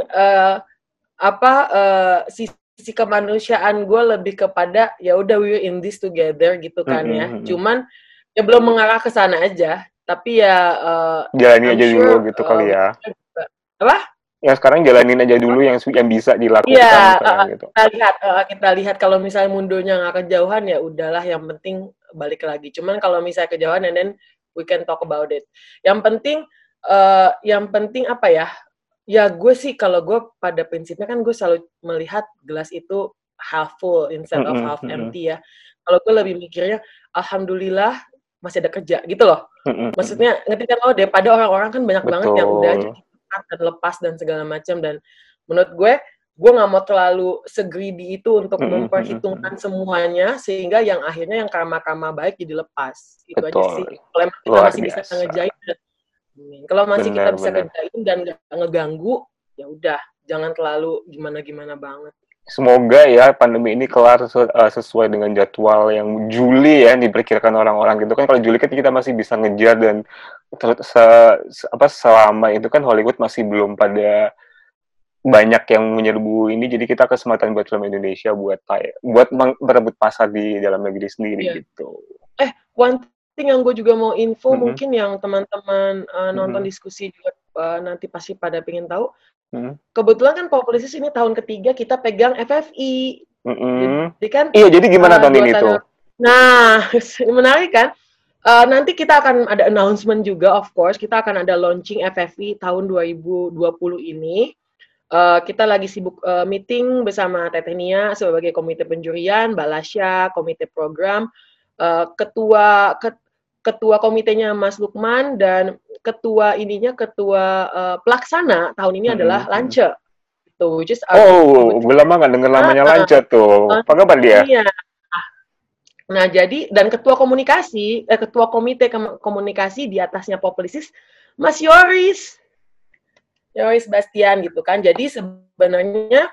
sisi kemanusiaan gue lebih kepada ya udah we're in this together gitu kan ya. Cuman ya belum mengarah ke sana aja. Tapi ya jalani aja dulu gitu kali ya. Apa? Ya sekarang jalanin aja dulu yang bisa dilakukan. Iya, gitu. Kita lihat kalau misalnya mundurnya nggak kejauhan ya udahlah, yang penting balik lagi. Cuman kalau misalnya kejauhan, and then we can talk about it. Yang penting apa ya? Ya gue sih, kalau gue pada prinsipnya kan gue selalu melihat gelas itu half full instead of half empty ya. Kalau gue lebih mikirnya, alhamdulillah masih ada kerja gitu loh. Maksudnya ngerti kan lo, daripada orang-orang kan banyak banget yang udah aja dan lepas dan segala macam. Dan menurut gue nggak mau terlalu segreedy itu untuk memperhitungkan semuanya sehingga yang akhirnya yang karma baik jadi lepas. Itu aja sih. Kalau kita masih bisa ngejain, kalau masih kita bisa kerjain dan nggak ngeganggu, ya udah, jangan terlalu gimana banget. Semoga ya pandemi ini kelar sesuai dengan jadwal yang Juli ya diperkirakan orang-orang gitu kan. Kalau Juli kan kita masih bisa ngejar, dan selama itu kan Hollywood masih belum pada banyak yang menyerbu ini, jadi kita kesempatan buat film Indonesia buat merebut pasar di dalam negeri sendiri gitu. One thing yang gue juga mau info, mungkin yang teman-teman nonton diskusi juga nanti pasti pada pengen tahu. Kebetulan kan Publicis ini tahun ketiga kita pegang FFI. Jadi kan, iya, jadi gimana tahun ini tuh? Nah, menarik kan? Nanti kita akan ada announcement juga, of course. Kita akan ada launching FFI tahun 2020 ini. Kita lagi sibuk meeting bersama Teteh Nia sebagai komite penjurian, Mbak Lasya, komite program, ketua komitenya Mas Lukman, dan ketua pelaksana tahun ini adalah Lance. Gue lama nggak denger namanya Lance tuh. Apa kabar dia? Iya. Nah, jadi, dan ketua komite komunikasi di atasnya Publicis, Mas Yoris Bastian gitu kan. Jadi sebenarnya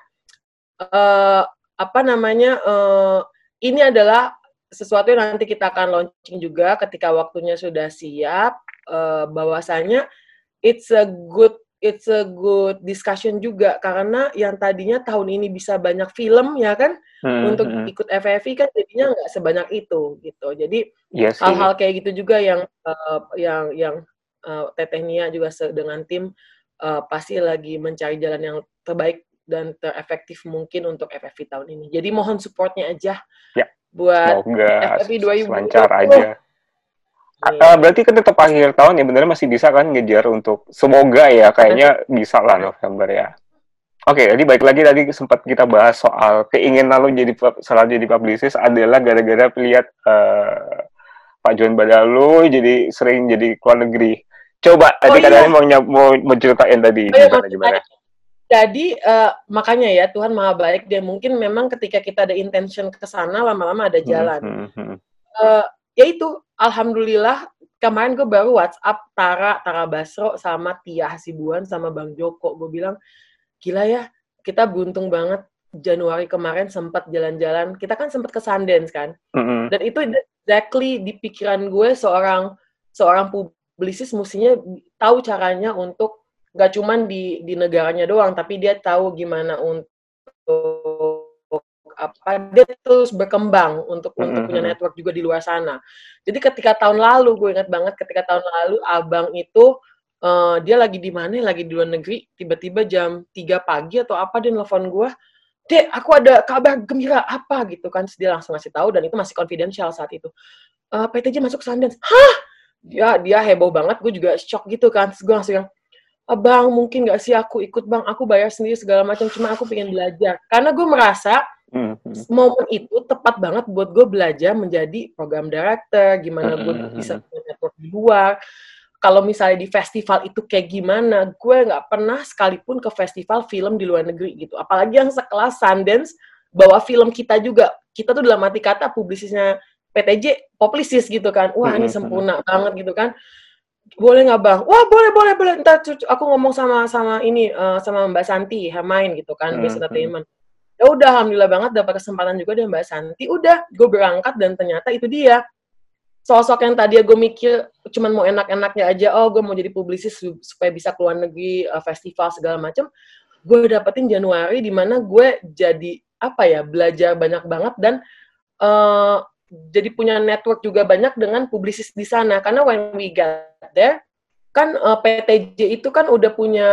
ini adalah sesuatu yang nanti kita akan launching juga ketika waktunya sudah siap, bahwasanya it's a good discussion juga, karena yang tadinya tahun ini bisa banyak film ya kan, untuk ikut FFI kan jadinya nggak sebanyak itu gitu. Jadi hal-hal kayak gitu juga yang Teteh Nia juga dengan tim pasti lagi mencari jalan yang terbaik dan terefektif mungkin untuk FFI tahun ini. Jadi mohon supportnya aja. Buat FFI 2020 lancar aja. Berarti kan tetap akhir tahun ya, benernya masih bisa kan ngejar untuk, semoga ya, kayaknya bisa lah November ya. Oke, jadi balik lagi tadi sempat kita bahas soal keinginan lo jadi publicist adalah gara-gara lihat Pak John Badalu jadi sering jadi keluar negeri. Coba tadi katanya mau ceritain tadi gimana. Jadi makanya ya, Tuhan maha baik, dia mungkin memang ketika kita ada intention ke sana, lama-lama ada jalan. Ya itu, alhamdulillah kemarin gue baru WhatsApp Tara Basro sama Tia Hasibuan sama Bang Joko. Gue bilang, gila ya, kita beruntung banget Januari kemarin sempat jalan-jalan. Kita kan sempat ke Sundance kan. Dan itu exactly di pikiran gue, seorang publisis mestinya tahu caranya untuk nggak cuman di negaranya doang, tapi dia tahu gimana untuk dia terus berkembang untuk punya network juga di luar sana. Jadi ketika tahun lalu, gue ingat banget ketika tahun lalu Abang itu dia lagi di mana? Lagi di luar negeri, tiba-tiba jam 3 pagi atau apa dia nelfon gue, "Dek, aku ada kabar gembira apa?" gitu kan. Terus dia langsung ngasih tahu, dan itu masih confidential saat itu. PTJ masuk Sundance. Hah? Dia heboh banget, gue juga shock gitu kan. Terus gue langsung bilang, "Bang, mungkin nggak sih aku ikut Bang, aku bayar sendiri segala macam, cuma aku pengen belajar." Karena gue merasa momen itu tepat banget buat gue belajar menjadi program director, gimana gue bisa punya network di luar. Kalau misalnya di festival itu kayak gimana, gue nggak pernah sekalipun ke festival film di luar negeri gitu. Apalagi yang sekelas Sundance, bawa film kita juga. Kita tuh dalam arti kata publisisnya PTJ, Publicis gitu kan. Wah, ini sempurna banget gitu kan. Boleh nggak Bang? Wah, boleh. Ntar aku ngomong sama Mbak Santi, main gitu kan, Best Entertainment. Ya udah, alhamdulillah banget dapat kesempatan juga dengan Mbak Santi. Udah, gue berangkat dan ternyata itu dia. sosok yang tadi gue mikir cuman mau enak-enaknya aja, gue mau jadi publisis supaya bisa keluar negeri, festival segala macam, gue dapetin Januari di mana gue jadi belajar banyak banget dan jadi punya network juga banyak dengan publisis di sana. Karena when we got there, kan PTJ itu kan udah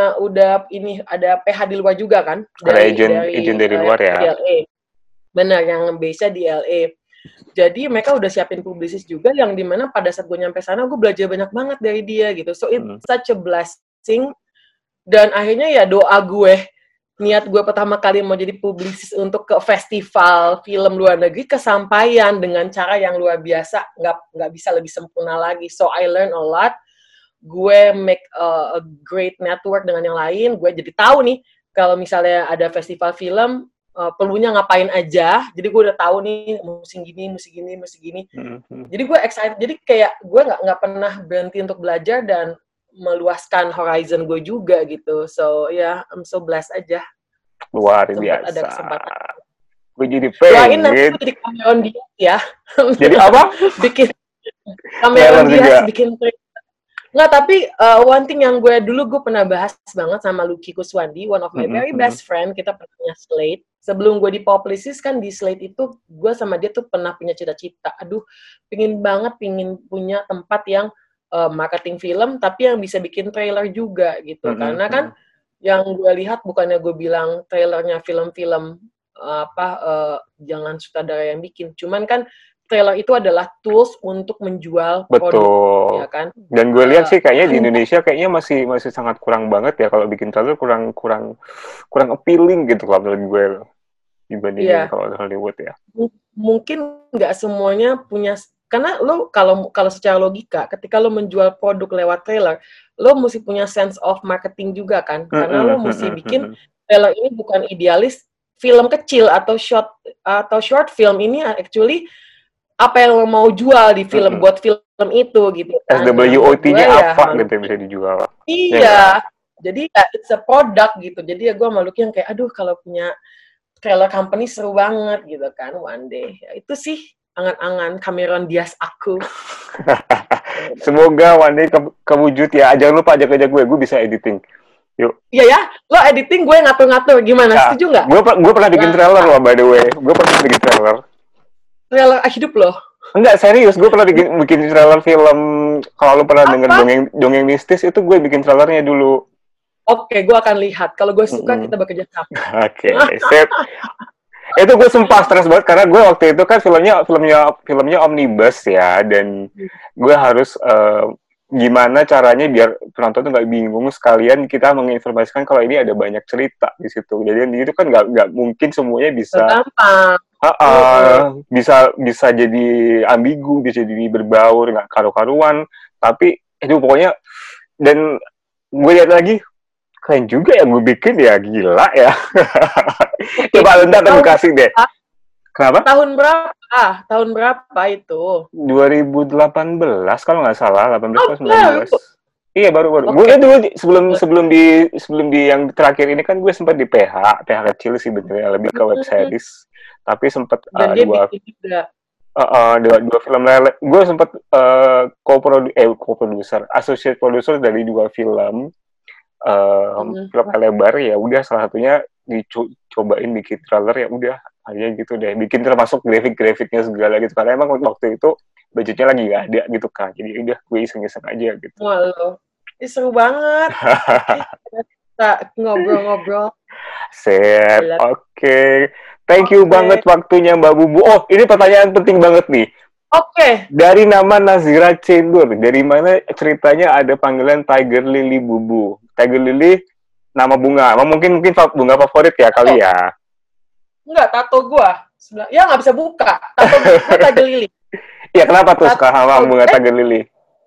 ada PH di luar juga kan, Ada agent dari luar ya. LA. Benar, yang base-nya di LA. Jadi mereka udah siapin publisis juga yang dimana pada saat gue nyampe sana gue belajar banyak banget dari dia gitu. So it's such a blessing. Dan akhirnya ya doa gue, niat gue pertama kali mau jadi publisis untuk ke festival film luar negeri kesampaian dengan cara yang luar biasa, nggak bisa lebih sempurna lagi. So I learn a lot. Gue make a great network dengan yang lain. Gue jadi tahu nih kalau misalnya ada festival film, perlunya ngapain aja. Jadi gue udah tahu nih mesti gini. Jadi gue excited. Jadi kayak gue nggak pernah berhenti untuk belajar dan meluaskan horizon gue juga gitu. So I'm so blessed aja. Luar biasa. Ada kesempatan. Gue jadi pengen. Nanti gue jadi Cameron Diaz ya. Jadi apa? Bikin Cameron Diaz bikin. Nggak, tapi one thing yang gue pernah bahas banget sama Lucky Kuswandi, one of my very best friend, kita pernah punya Slate. Sebelum gue di Publicis kan di Slate itu, gue sama dia tuh pernah punya cita-cita. Aduh, pingin punya tempat yang marketing film, tapi yang bisa bikin trailer juga gitu. Karena kan yang gue lihat bukannya gue bilang trailernya film-film jangan sutradara yang bikin. Cuman kan trailer itu adalah tools untuk menjual produk, ya kan? Dan gue lihat sih kayaknya di Indonesia kayaknya masih sangat kurang banget ya kalau bikin trailer kurang appealing gitu kalau menurut gue dibandingin kalau Hollywood ya. Mungkin nggak semuanya punya, karena lo kalau secara logika ketika lo menjual produk lewat trailer, lo mesti punya sense of marketing juga kan? Karena lo mesti bikin trailer ini bukan idealis film kecil atau short film ini actually apa yang lo mau jual di film buat film itu gitu kan. SWOT-nya apa gitu yang bisa dijual. Iya. Jadi it's a product gitu. Jadi gue malu yang kayak aduh kalau punya trailer company seru banget gitu kan one day. Ya, itu sih angan-angan Cameron Diaz aku. Semoga one day kewujud ya. Jangan lupa ajak gue bisa editing. Yuk. Iya ya, lo editing gue ngatur-ngatur gimana? Setuju nggak? Gue pernah bikin trailer loh by the way. Gue pernah bikin trailer hidup loh. Enggak, serius, gue pernah bikin trailer film. Kalau lu pernah denger dongeng mistis, itu gue bikin trailernya dulu. Oke, gue akan lihat. Kalau gue suka, kita bekerja sama. Oke, sip. Itu gue sumpah stres banget karena gue waktu itu kan filmnya omnibus ya, dan gue harus gimana caranya biar penonton tuh nggak bingung, sekalian kita menginformasikan kalau ini ada banyak cerita di situ. Jadi itu kan nggak mungkin semuanya bisa gampang. Bisa jadi ambigu, bisa jadi berbaur, nggak karu-karuan. Tapi itu pokoknya, dan gue lihat lagi keren juga yang gue bikin ya, gila ya. Coba ntar gue kasih deh. Kenapa? Tahun berapa itu? 2018 kalau nggak salah, 18 atau 19. Iya, baru. Gue kan dulu sebelum di yang terakhir ini kan gue sempat di PH kecil sih benernya, lebih ke web series. Tapi sempat dua film lele. Gue sempat co-producer, associate producer dari 2 film film lebar. Ya udah, salah satunya dicobain bikin trailer, ya udah aja gitu deh, bikin termasuk grafiknya segala gitu, karena emang waktu itu budgetnya lagi nggak ada gitu kan, jadi udah gue iseng-iseng aja gitu. Waduh, seru banget. Kita ngobrol-ngobrol. Sip, oke. Thank you banget waktunya Mbak Bubu. Oh, ini pertanyaan penting banget nih. Oke. Dari nama Nazira Cendur, dari mana ceritanya ada panggilan Tiger Lily Bubu? Tiger Lily nama bunga. Mungkin bunga favorit ya kali ya? Enggak, tato gua. Ya nggak bisa buka. Tato gua Tiger Lily. Iya, kenapa tuh suka sama bunga Tiger Lily?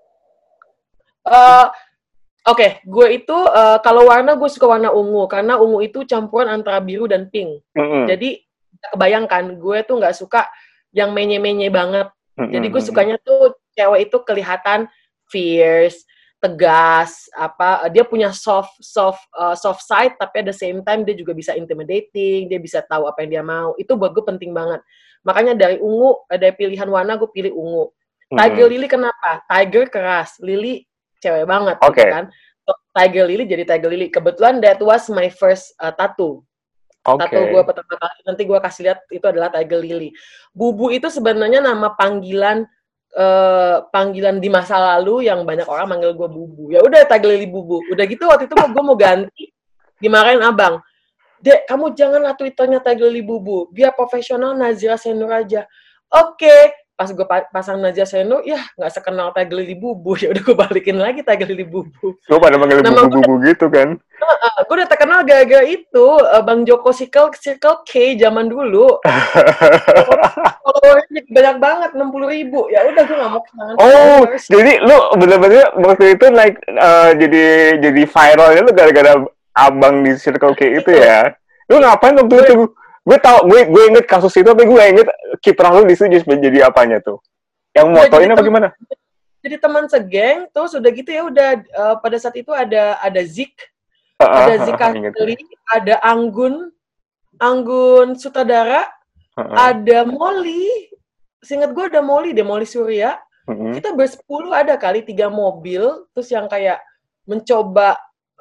Oke, gue itu kalau warna gue suka warna ungu, karena ungu itu campuran antara biru dan pink. Jadi kebayangkan gue tuh nggak suka yang menye-menye banget. Jadi gue sukanya tuh cewek itu kelihatan fierce, tegas, dia punya soft side, tapi at the same time dia juga bisa intimidating, dia bisa tahu apa yang dia mau. Itu buat gue penting banget. Makanya dari ungu, ada pilihan warna gue pilih ungu. Tiger Lily kenapa? Tiger keras, Lily cewek banget gitu Oke. kan. So, Tiger Lily jadi Tiger Lily. Kebetulan that was my first tattoo. Tattoo gue Oke. pertama kali, nanti gue kasih lihat itu adalah Tiger Lily. Bubu itu sebenarnya nama panggilan di masa lalu yang banyak orang manggil gue Bubu. Ya udah Tiger Lily Bubu. Udah gitu waktu itu gue mau ganti, dimarahin abang. Dek, kamu janganlah Twitternya Tiger Lily Bubu. Biar profesional Nazira Senur aja. Oke. Pas gue pasang Nazira Senur, ya nggak sekenal Tiger Lily Bubu. Ya udah gue balikin lagi Tiger Lily Bubu. Gue pada manggil bubu-bubu gitu kan. Gue udah terkenal gara-gara itu, Bang Joko Circle K zaman dulu. Followernya banyak banget, 60.000. Ya udah gue nggak mau kehilangan followers. Jadi lu bener-bener waktu itu jadi viralnya lu gara-gara abang di Circle K itu ya. Lu ngapain waktu itu? Gue inget kasus itu, tapi gue inget kiprah lu di situ jadi apanya tuh? Yang motoin apa gimana? Jadi teman segeng, terus udah gitu ya udah pada saat itu ada Zik, ada Zik Kasteli, ada Anggun Sutradara, ada Molly, seinget gue ada Molly Surya. Kita bersepuluh ada kali 3 mobil, terus yang kayak mencoba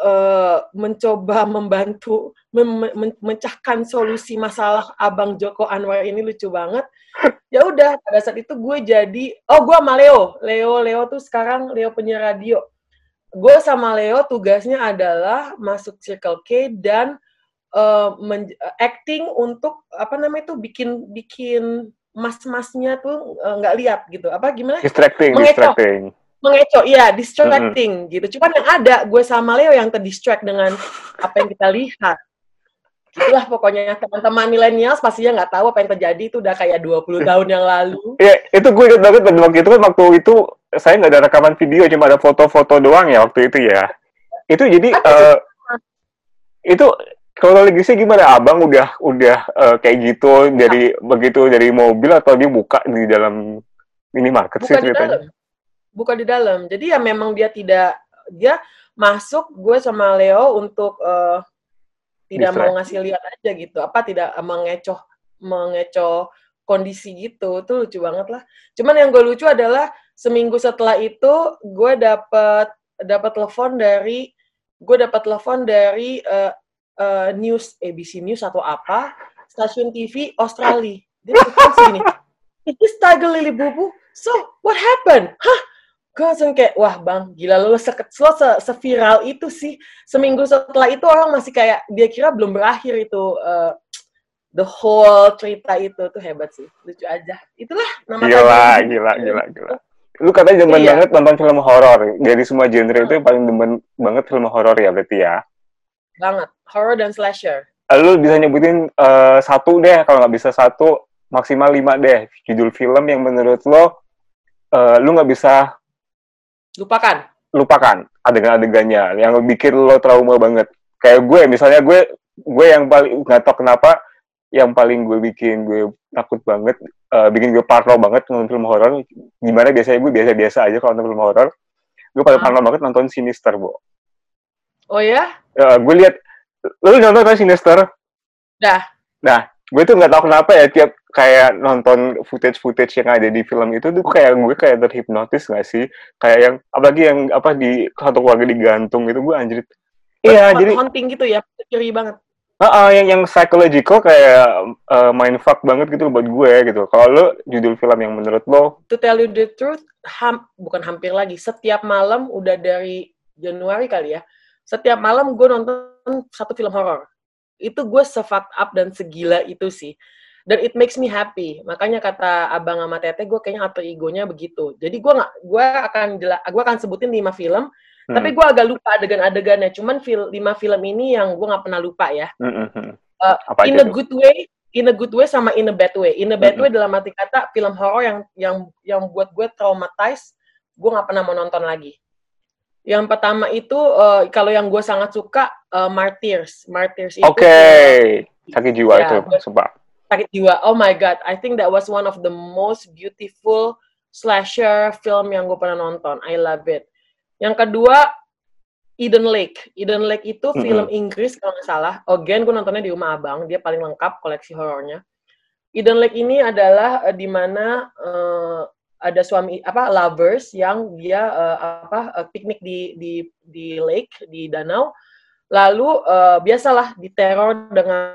membantu memecahkan solusi masalah Abang Joko Anwar ini lucu banget. Ya udah pada saat itu gue sama Leo tuh sekarang Leo penyiar radio. Gue sama Leo tugasnya adalah masuk Circle K dan acting untuk apa namanya tuh bikin mas-masnya tuh nggak lihat gitu. Apa gimana? Mengecoh, iya, distracting gitu. Cuman yang ada, gue sama Leo yang terdistract dengan apa yang kita lihat. Itulah pokoknya teman-teman milenials pastinya nggak tahu apa yang terjadi, itu udah kayak 20 tahun yang lalu. Iya, itu gue ingat banget waktu itu saya nggak ada rekaman video, cuma ada foto-foto doang ya waktu itu ya. Itu jadi, itu kronologisnya gimana? Abang udah kayak gitu dari mobil atau dia buka di dalam minimarket sih ceritanya? Buka di dalam. Jadi ya memang dia masuk, gue sama Leo untuk tidak mau ngasih lihat aja gitu. Apa tidak mengecoh kondisi gitu. Itu lucu banget lah. Cuman yang gue lucu adalah seminggu setelah itu gue dapat telepon dari news ABC News atau apa, stasiun TV Australia. Dia telepon segini. Is Tiger Lily Bubu? So, what happened? Hah? Gue langsung kayak, wah bang, gila lo seviral itu sih. Seminggu setelah itu orang masih kayak, dia kira belum berakhir itu, the whole cerita itu. Tuh hebat sih, lucu aja. Itulah nama Gila. Lu katanya demen banget nonton film horor. Dari semua genre itu yang paling demen banget film horor ya berarti ya? Banget, horror dan slasher. Lu bisa nyebutin satu deh, kalau nggak bisa satu, maksimal 5 deh. Judul film yang menurut lo, lu nggak bisa lupakan adegan-adegannya yang bikin lo trauma banget. Kayak gue misalnya gue yang paling nggak tahu kenapa yang paling gue takut banget, bikin gue parno banget nonton film horor. Gimana biasanya gue biasa aja kalau nonton film horor. Gue paling parno banget nonton Sinister, Bo. Oh ya? Gue lihat lo nonton kan Sinister? Nah, gue tuh nggak tahu kenapa ya tiap kayak nonton footage yang ada di film itu tuh gue kayak terhipnotis nggak sih? Kayak yang apalagi yang apa di satu keluarga digantung itu gue anjir. Iya, jadi haunting gitu ya, scary banget. Yang psychological kayak mindfuck banget gitu buat gue gitu. Kalau lo judul film yang menurut lo? To tell you the truth, bukan hampir lagi. Setiap malam udah dari Januari kali ya. Setiap malam gue nonton satu film horor. Itu gue se-fucked up dan segila itu sih. Dan it makes me happy. Makanya kata Abang sama Tete, gue kayaknya alter egonya begitu. Jadi gue akan sebutin 5 film, tapi gue agak lupa adegan-adegannya. Cuman 5 film ini yang gue nggak pernah lupa ya. In a good way sama in a bad way. In a bad way dalam arti kata film horor yang buat gue traumatized, gue nggak pernah mau nonton lagi. Yang pertama itu kalau yang gue sangat suka Martyrs itu. Sakit jiwa ya, itu sebab. Sakit jiwa. Oh my god, I think that was one of the most beautiful slasher film yang gue pernah nonton. I love it. Yang kedua Eden Lake. Eden Lake itu film Inggris kalau nggak salah. Again gue nontonnya di rumah abang, dia paling lengkap koleksi horornya. Eden Lake ini adalah di mana ada suami lovers yang dia piknik di lake, di danau. Lalu biasalah diteror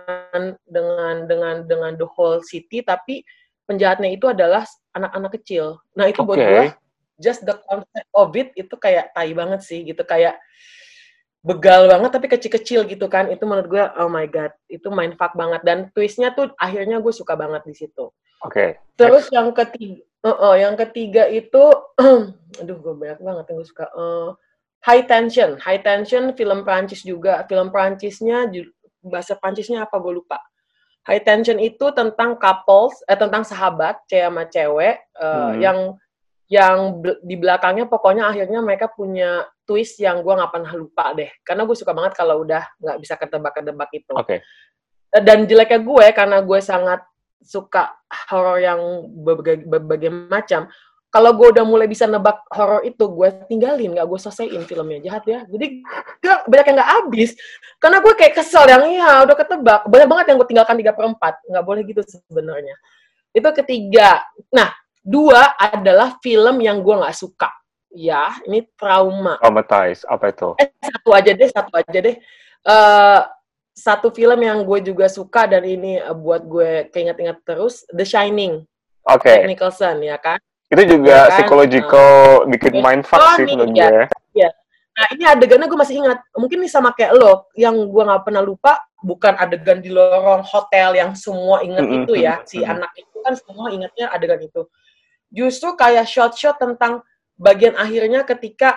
dengan the whole city, tapi penjahatnya itu adalah anak-anak kecil. Nah, itu buat gue just the concept of it itu kayak tai banget sih gitu, kayak begal banget tapi kecil-kecil gitu kan. Itu menurut gue oh my god, itu mindfuck banget, dan twistnya tuh akhirnya gue suka banget di situ. Terus yang ketiga itu aduh gue banyak banget yang gue suka. High Tension film Prancis juga. Film Prancisnya bahasa Prancisnya apa gue lupa. High Tension itu tentang couples, tentang sahabat cewek sama cewek yang di belakangnya pokoknya akhirnya mereka punya twist yang gue nggak pernah lupa deh. Karena gue suka banget kalau udah nggak bisa ketebak-ketebak itu. Dan jeleknya gue karena gue sangat suka horor yang berbagai macam. Kalau gue udah mulai bisa nebak horor itu, gue tinggalin, nggak gue selesaiin filmnya. Jahat ya. Jadi banyak yang nggak habis. Karena gue kayak kesel yang udah ketebak. Banyak banget yang gue tinggalkan 3/4. Nggak boleh gitu sebenarnya. Itu ketiga. Nah, 2 adalah film yang gue nggak suka. Ya, ini trauma. Traumatized, apa itu? Satu aja deh. Satu film yang gue juga suka dan ini buat gue keinget-inget terus, The Shining. Jack Nicholson, ya kan? Itu juga psychological, bikin mindfuck sih menurut gue. Iya. Nah, ini adegannya gue masih ingat. Mungkin ini sama kayak lo, yang gue nggak pernah lupa, bukan adegan di lorong hotel yang semua inget itu ya. Si anak itu kan semua ingetnya adegan itu. Justru kayak shot-shot tentang bagian akhirnya ketika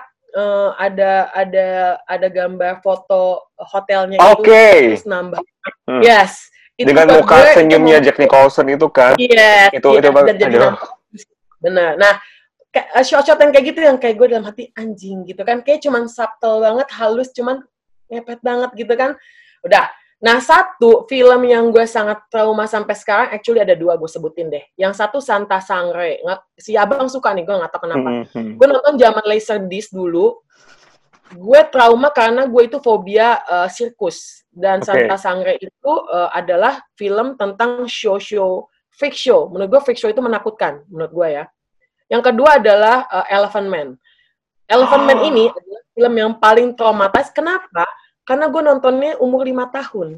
ada gambar foto hotelnya itu terus nambah. Yes. Itu dengan muka senyumnya Jack Nicholson itu kan. Yes. Itu benar. Nah, shot-shot yang kayak gitu yang kayak gue dalam hati anjing gitu kan. Kayak cuman subtle banget, halus, cuman ngepet banget gitu kan. Udah. Nah, satu film yang gue sangat trauma sampai sekarang, actually ada 2 gue sebutin deh. Yang satu Santa Sangre. Si abang suka nih, gue nggak tahu kenapa. Gue nonton zaman Laserdisc dulu. Gue trauma karena gue itu fobia sirkus. Dan Santa Sangre itu adalah film tentang freak show. Menurut gue freak show itu menakutkan, menurut gue ya. Yang kedua adalah Elephant Man. Elephant Man ini adalah film yang paling traumatis. Kenapa? Karena gue nontonnya umur 5 tahun.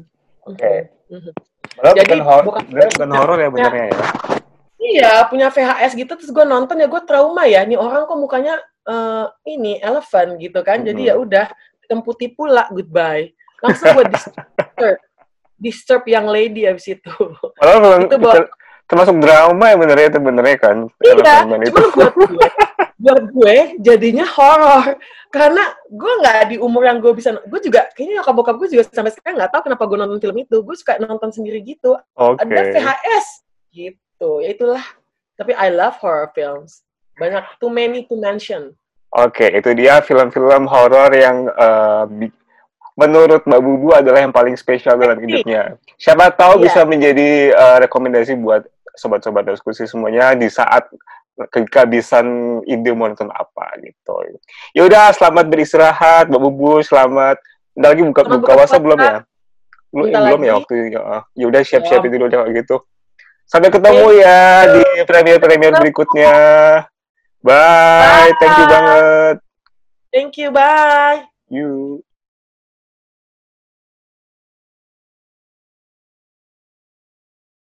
Jadi bukan horor ya benernya ya? Iya, punya VHS gitu, terus gue nonton ya gue trauma ya. Ini orang kok mukanya ini elephant gitu kan. Jadi ya udah, hitam putih pula, goodbye. Langsung gue disturb yang lady abis itu. Itu termasuk drama ya benernya kan? Iya, cuma buat gue jadinya horor. Karena gue nggak di umur yang gue bisa, gue juga kayaknya nyokap-bokap gue juga sampai sekarang nggak tahu kenapa gue nonton film itu. Gue suka nonton sendiri gitu. Ada VHS gitu, ya itulah. Tapi I love horror films. Banyak, too many to mention. Itu dia film-film horor yang menurut Mbak Bubu adalah yang paling spesial dalam hidupnya. Siapa tahu bisa menjadi rekomendasi buat sobat-sobat diskusi semuanya di saat kehabisan ide mau nonton apa gitu. Ya udah, selamat beristirahat Mbak Bubu, selamat. Bentar lagi buka puasa belum ya? Belum ya waktu ya udah siap-siap dulu deh gitu. Sampai ketemu ya di premier berikutnya. Bye. Thank you banget. Thank you, bye. You.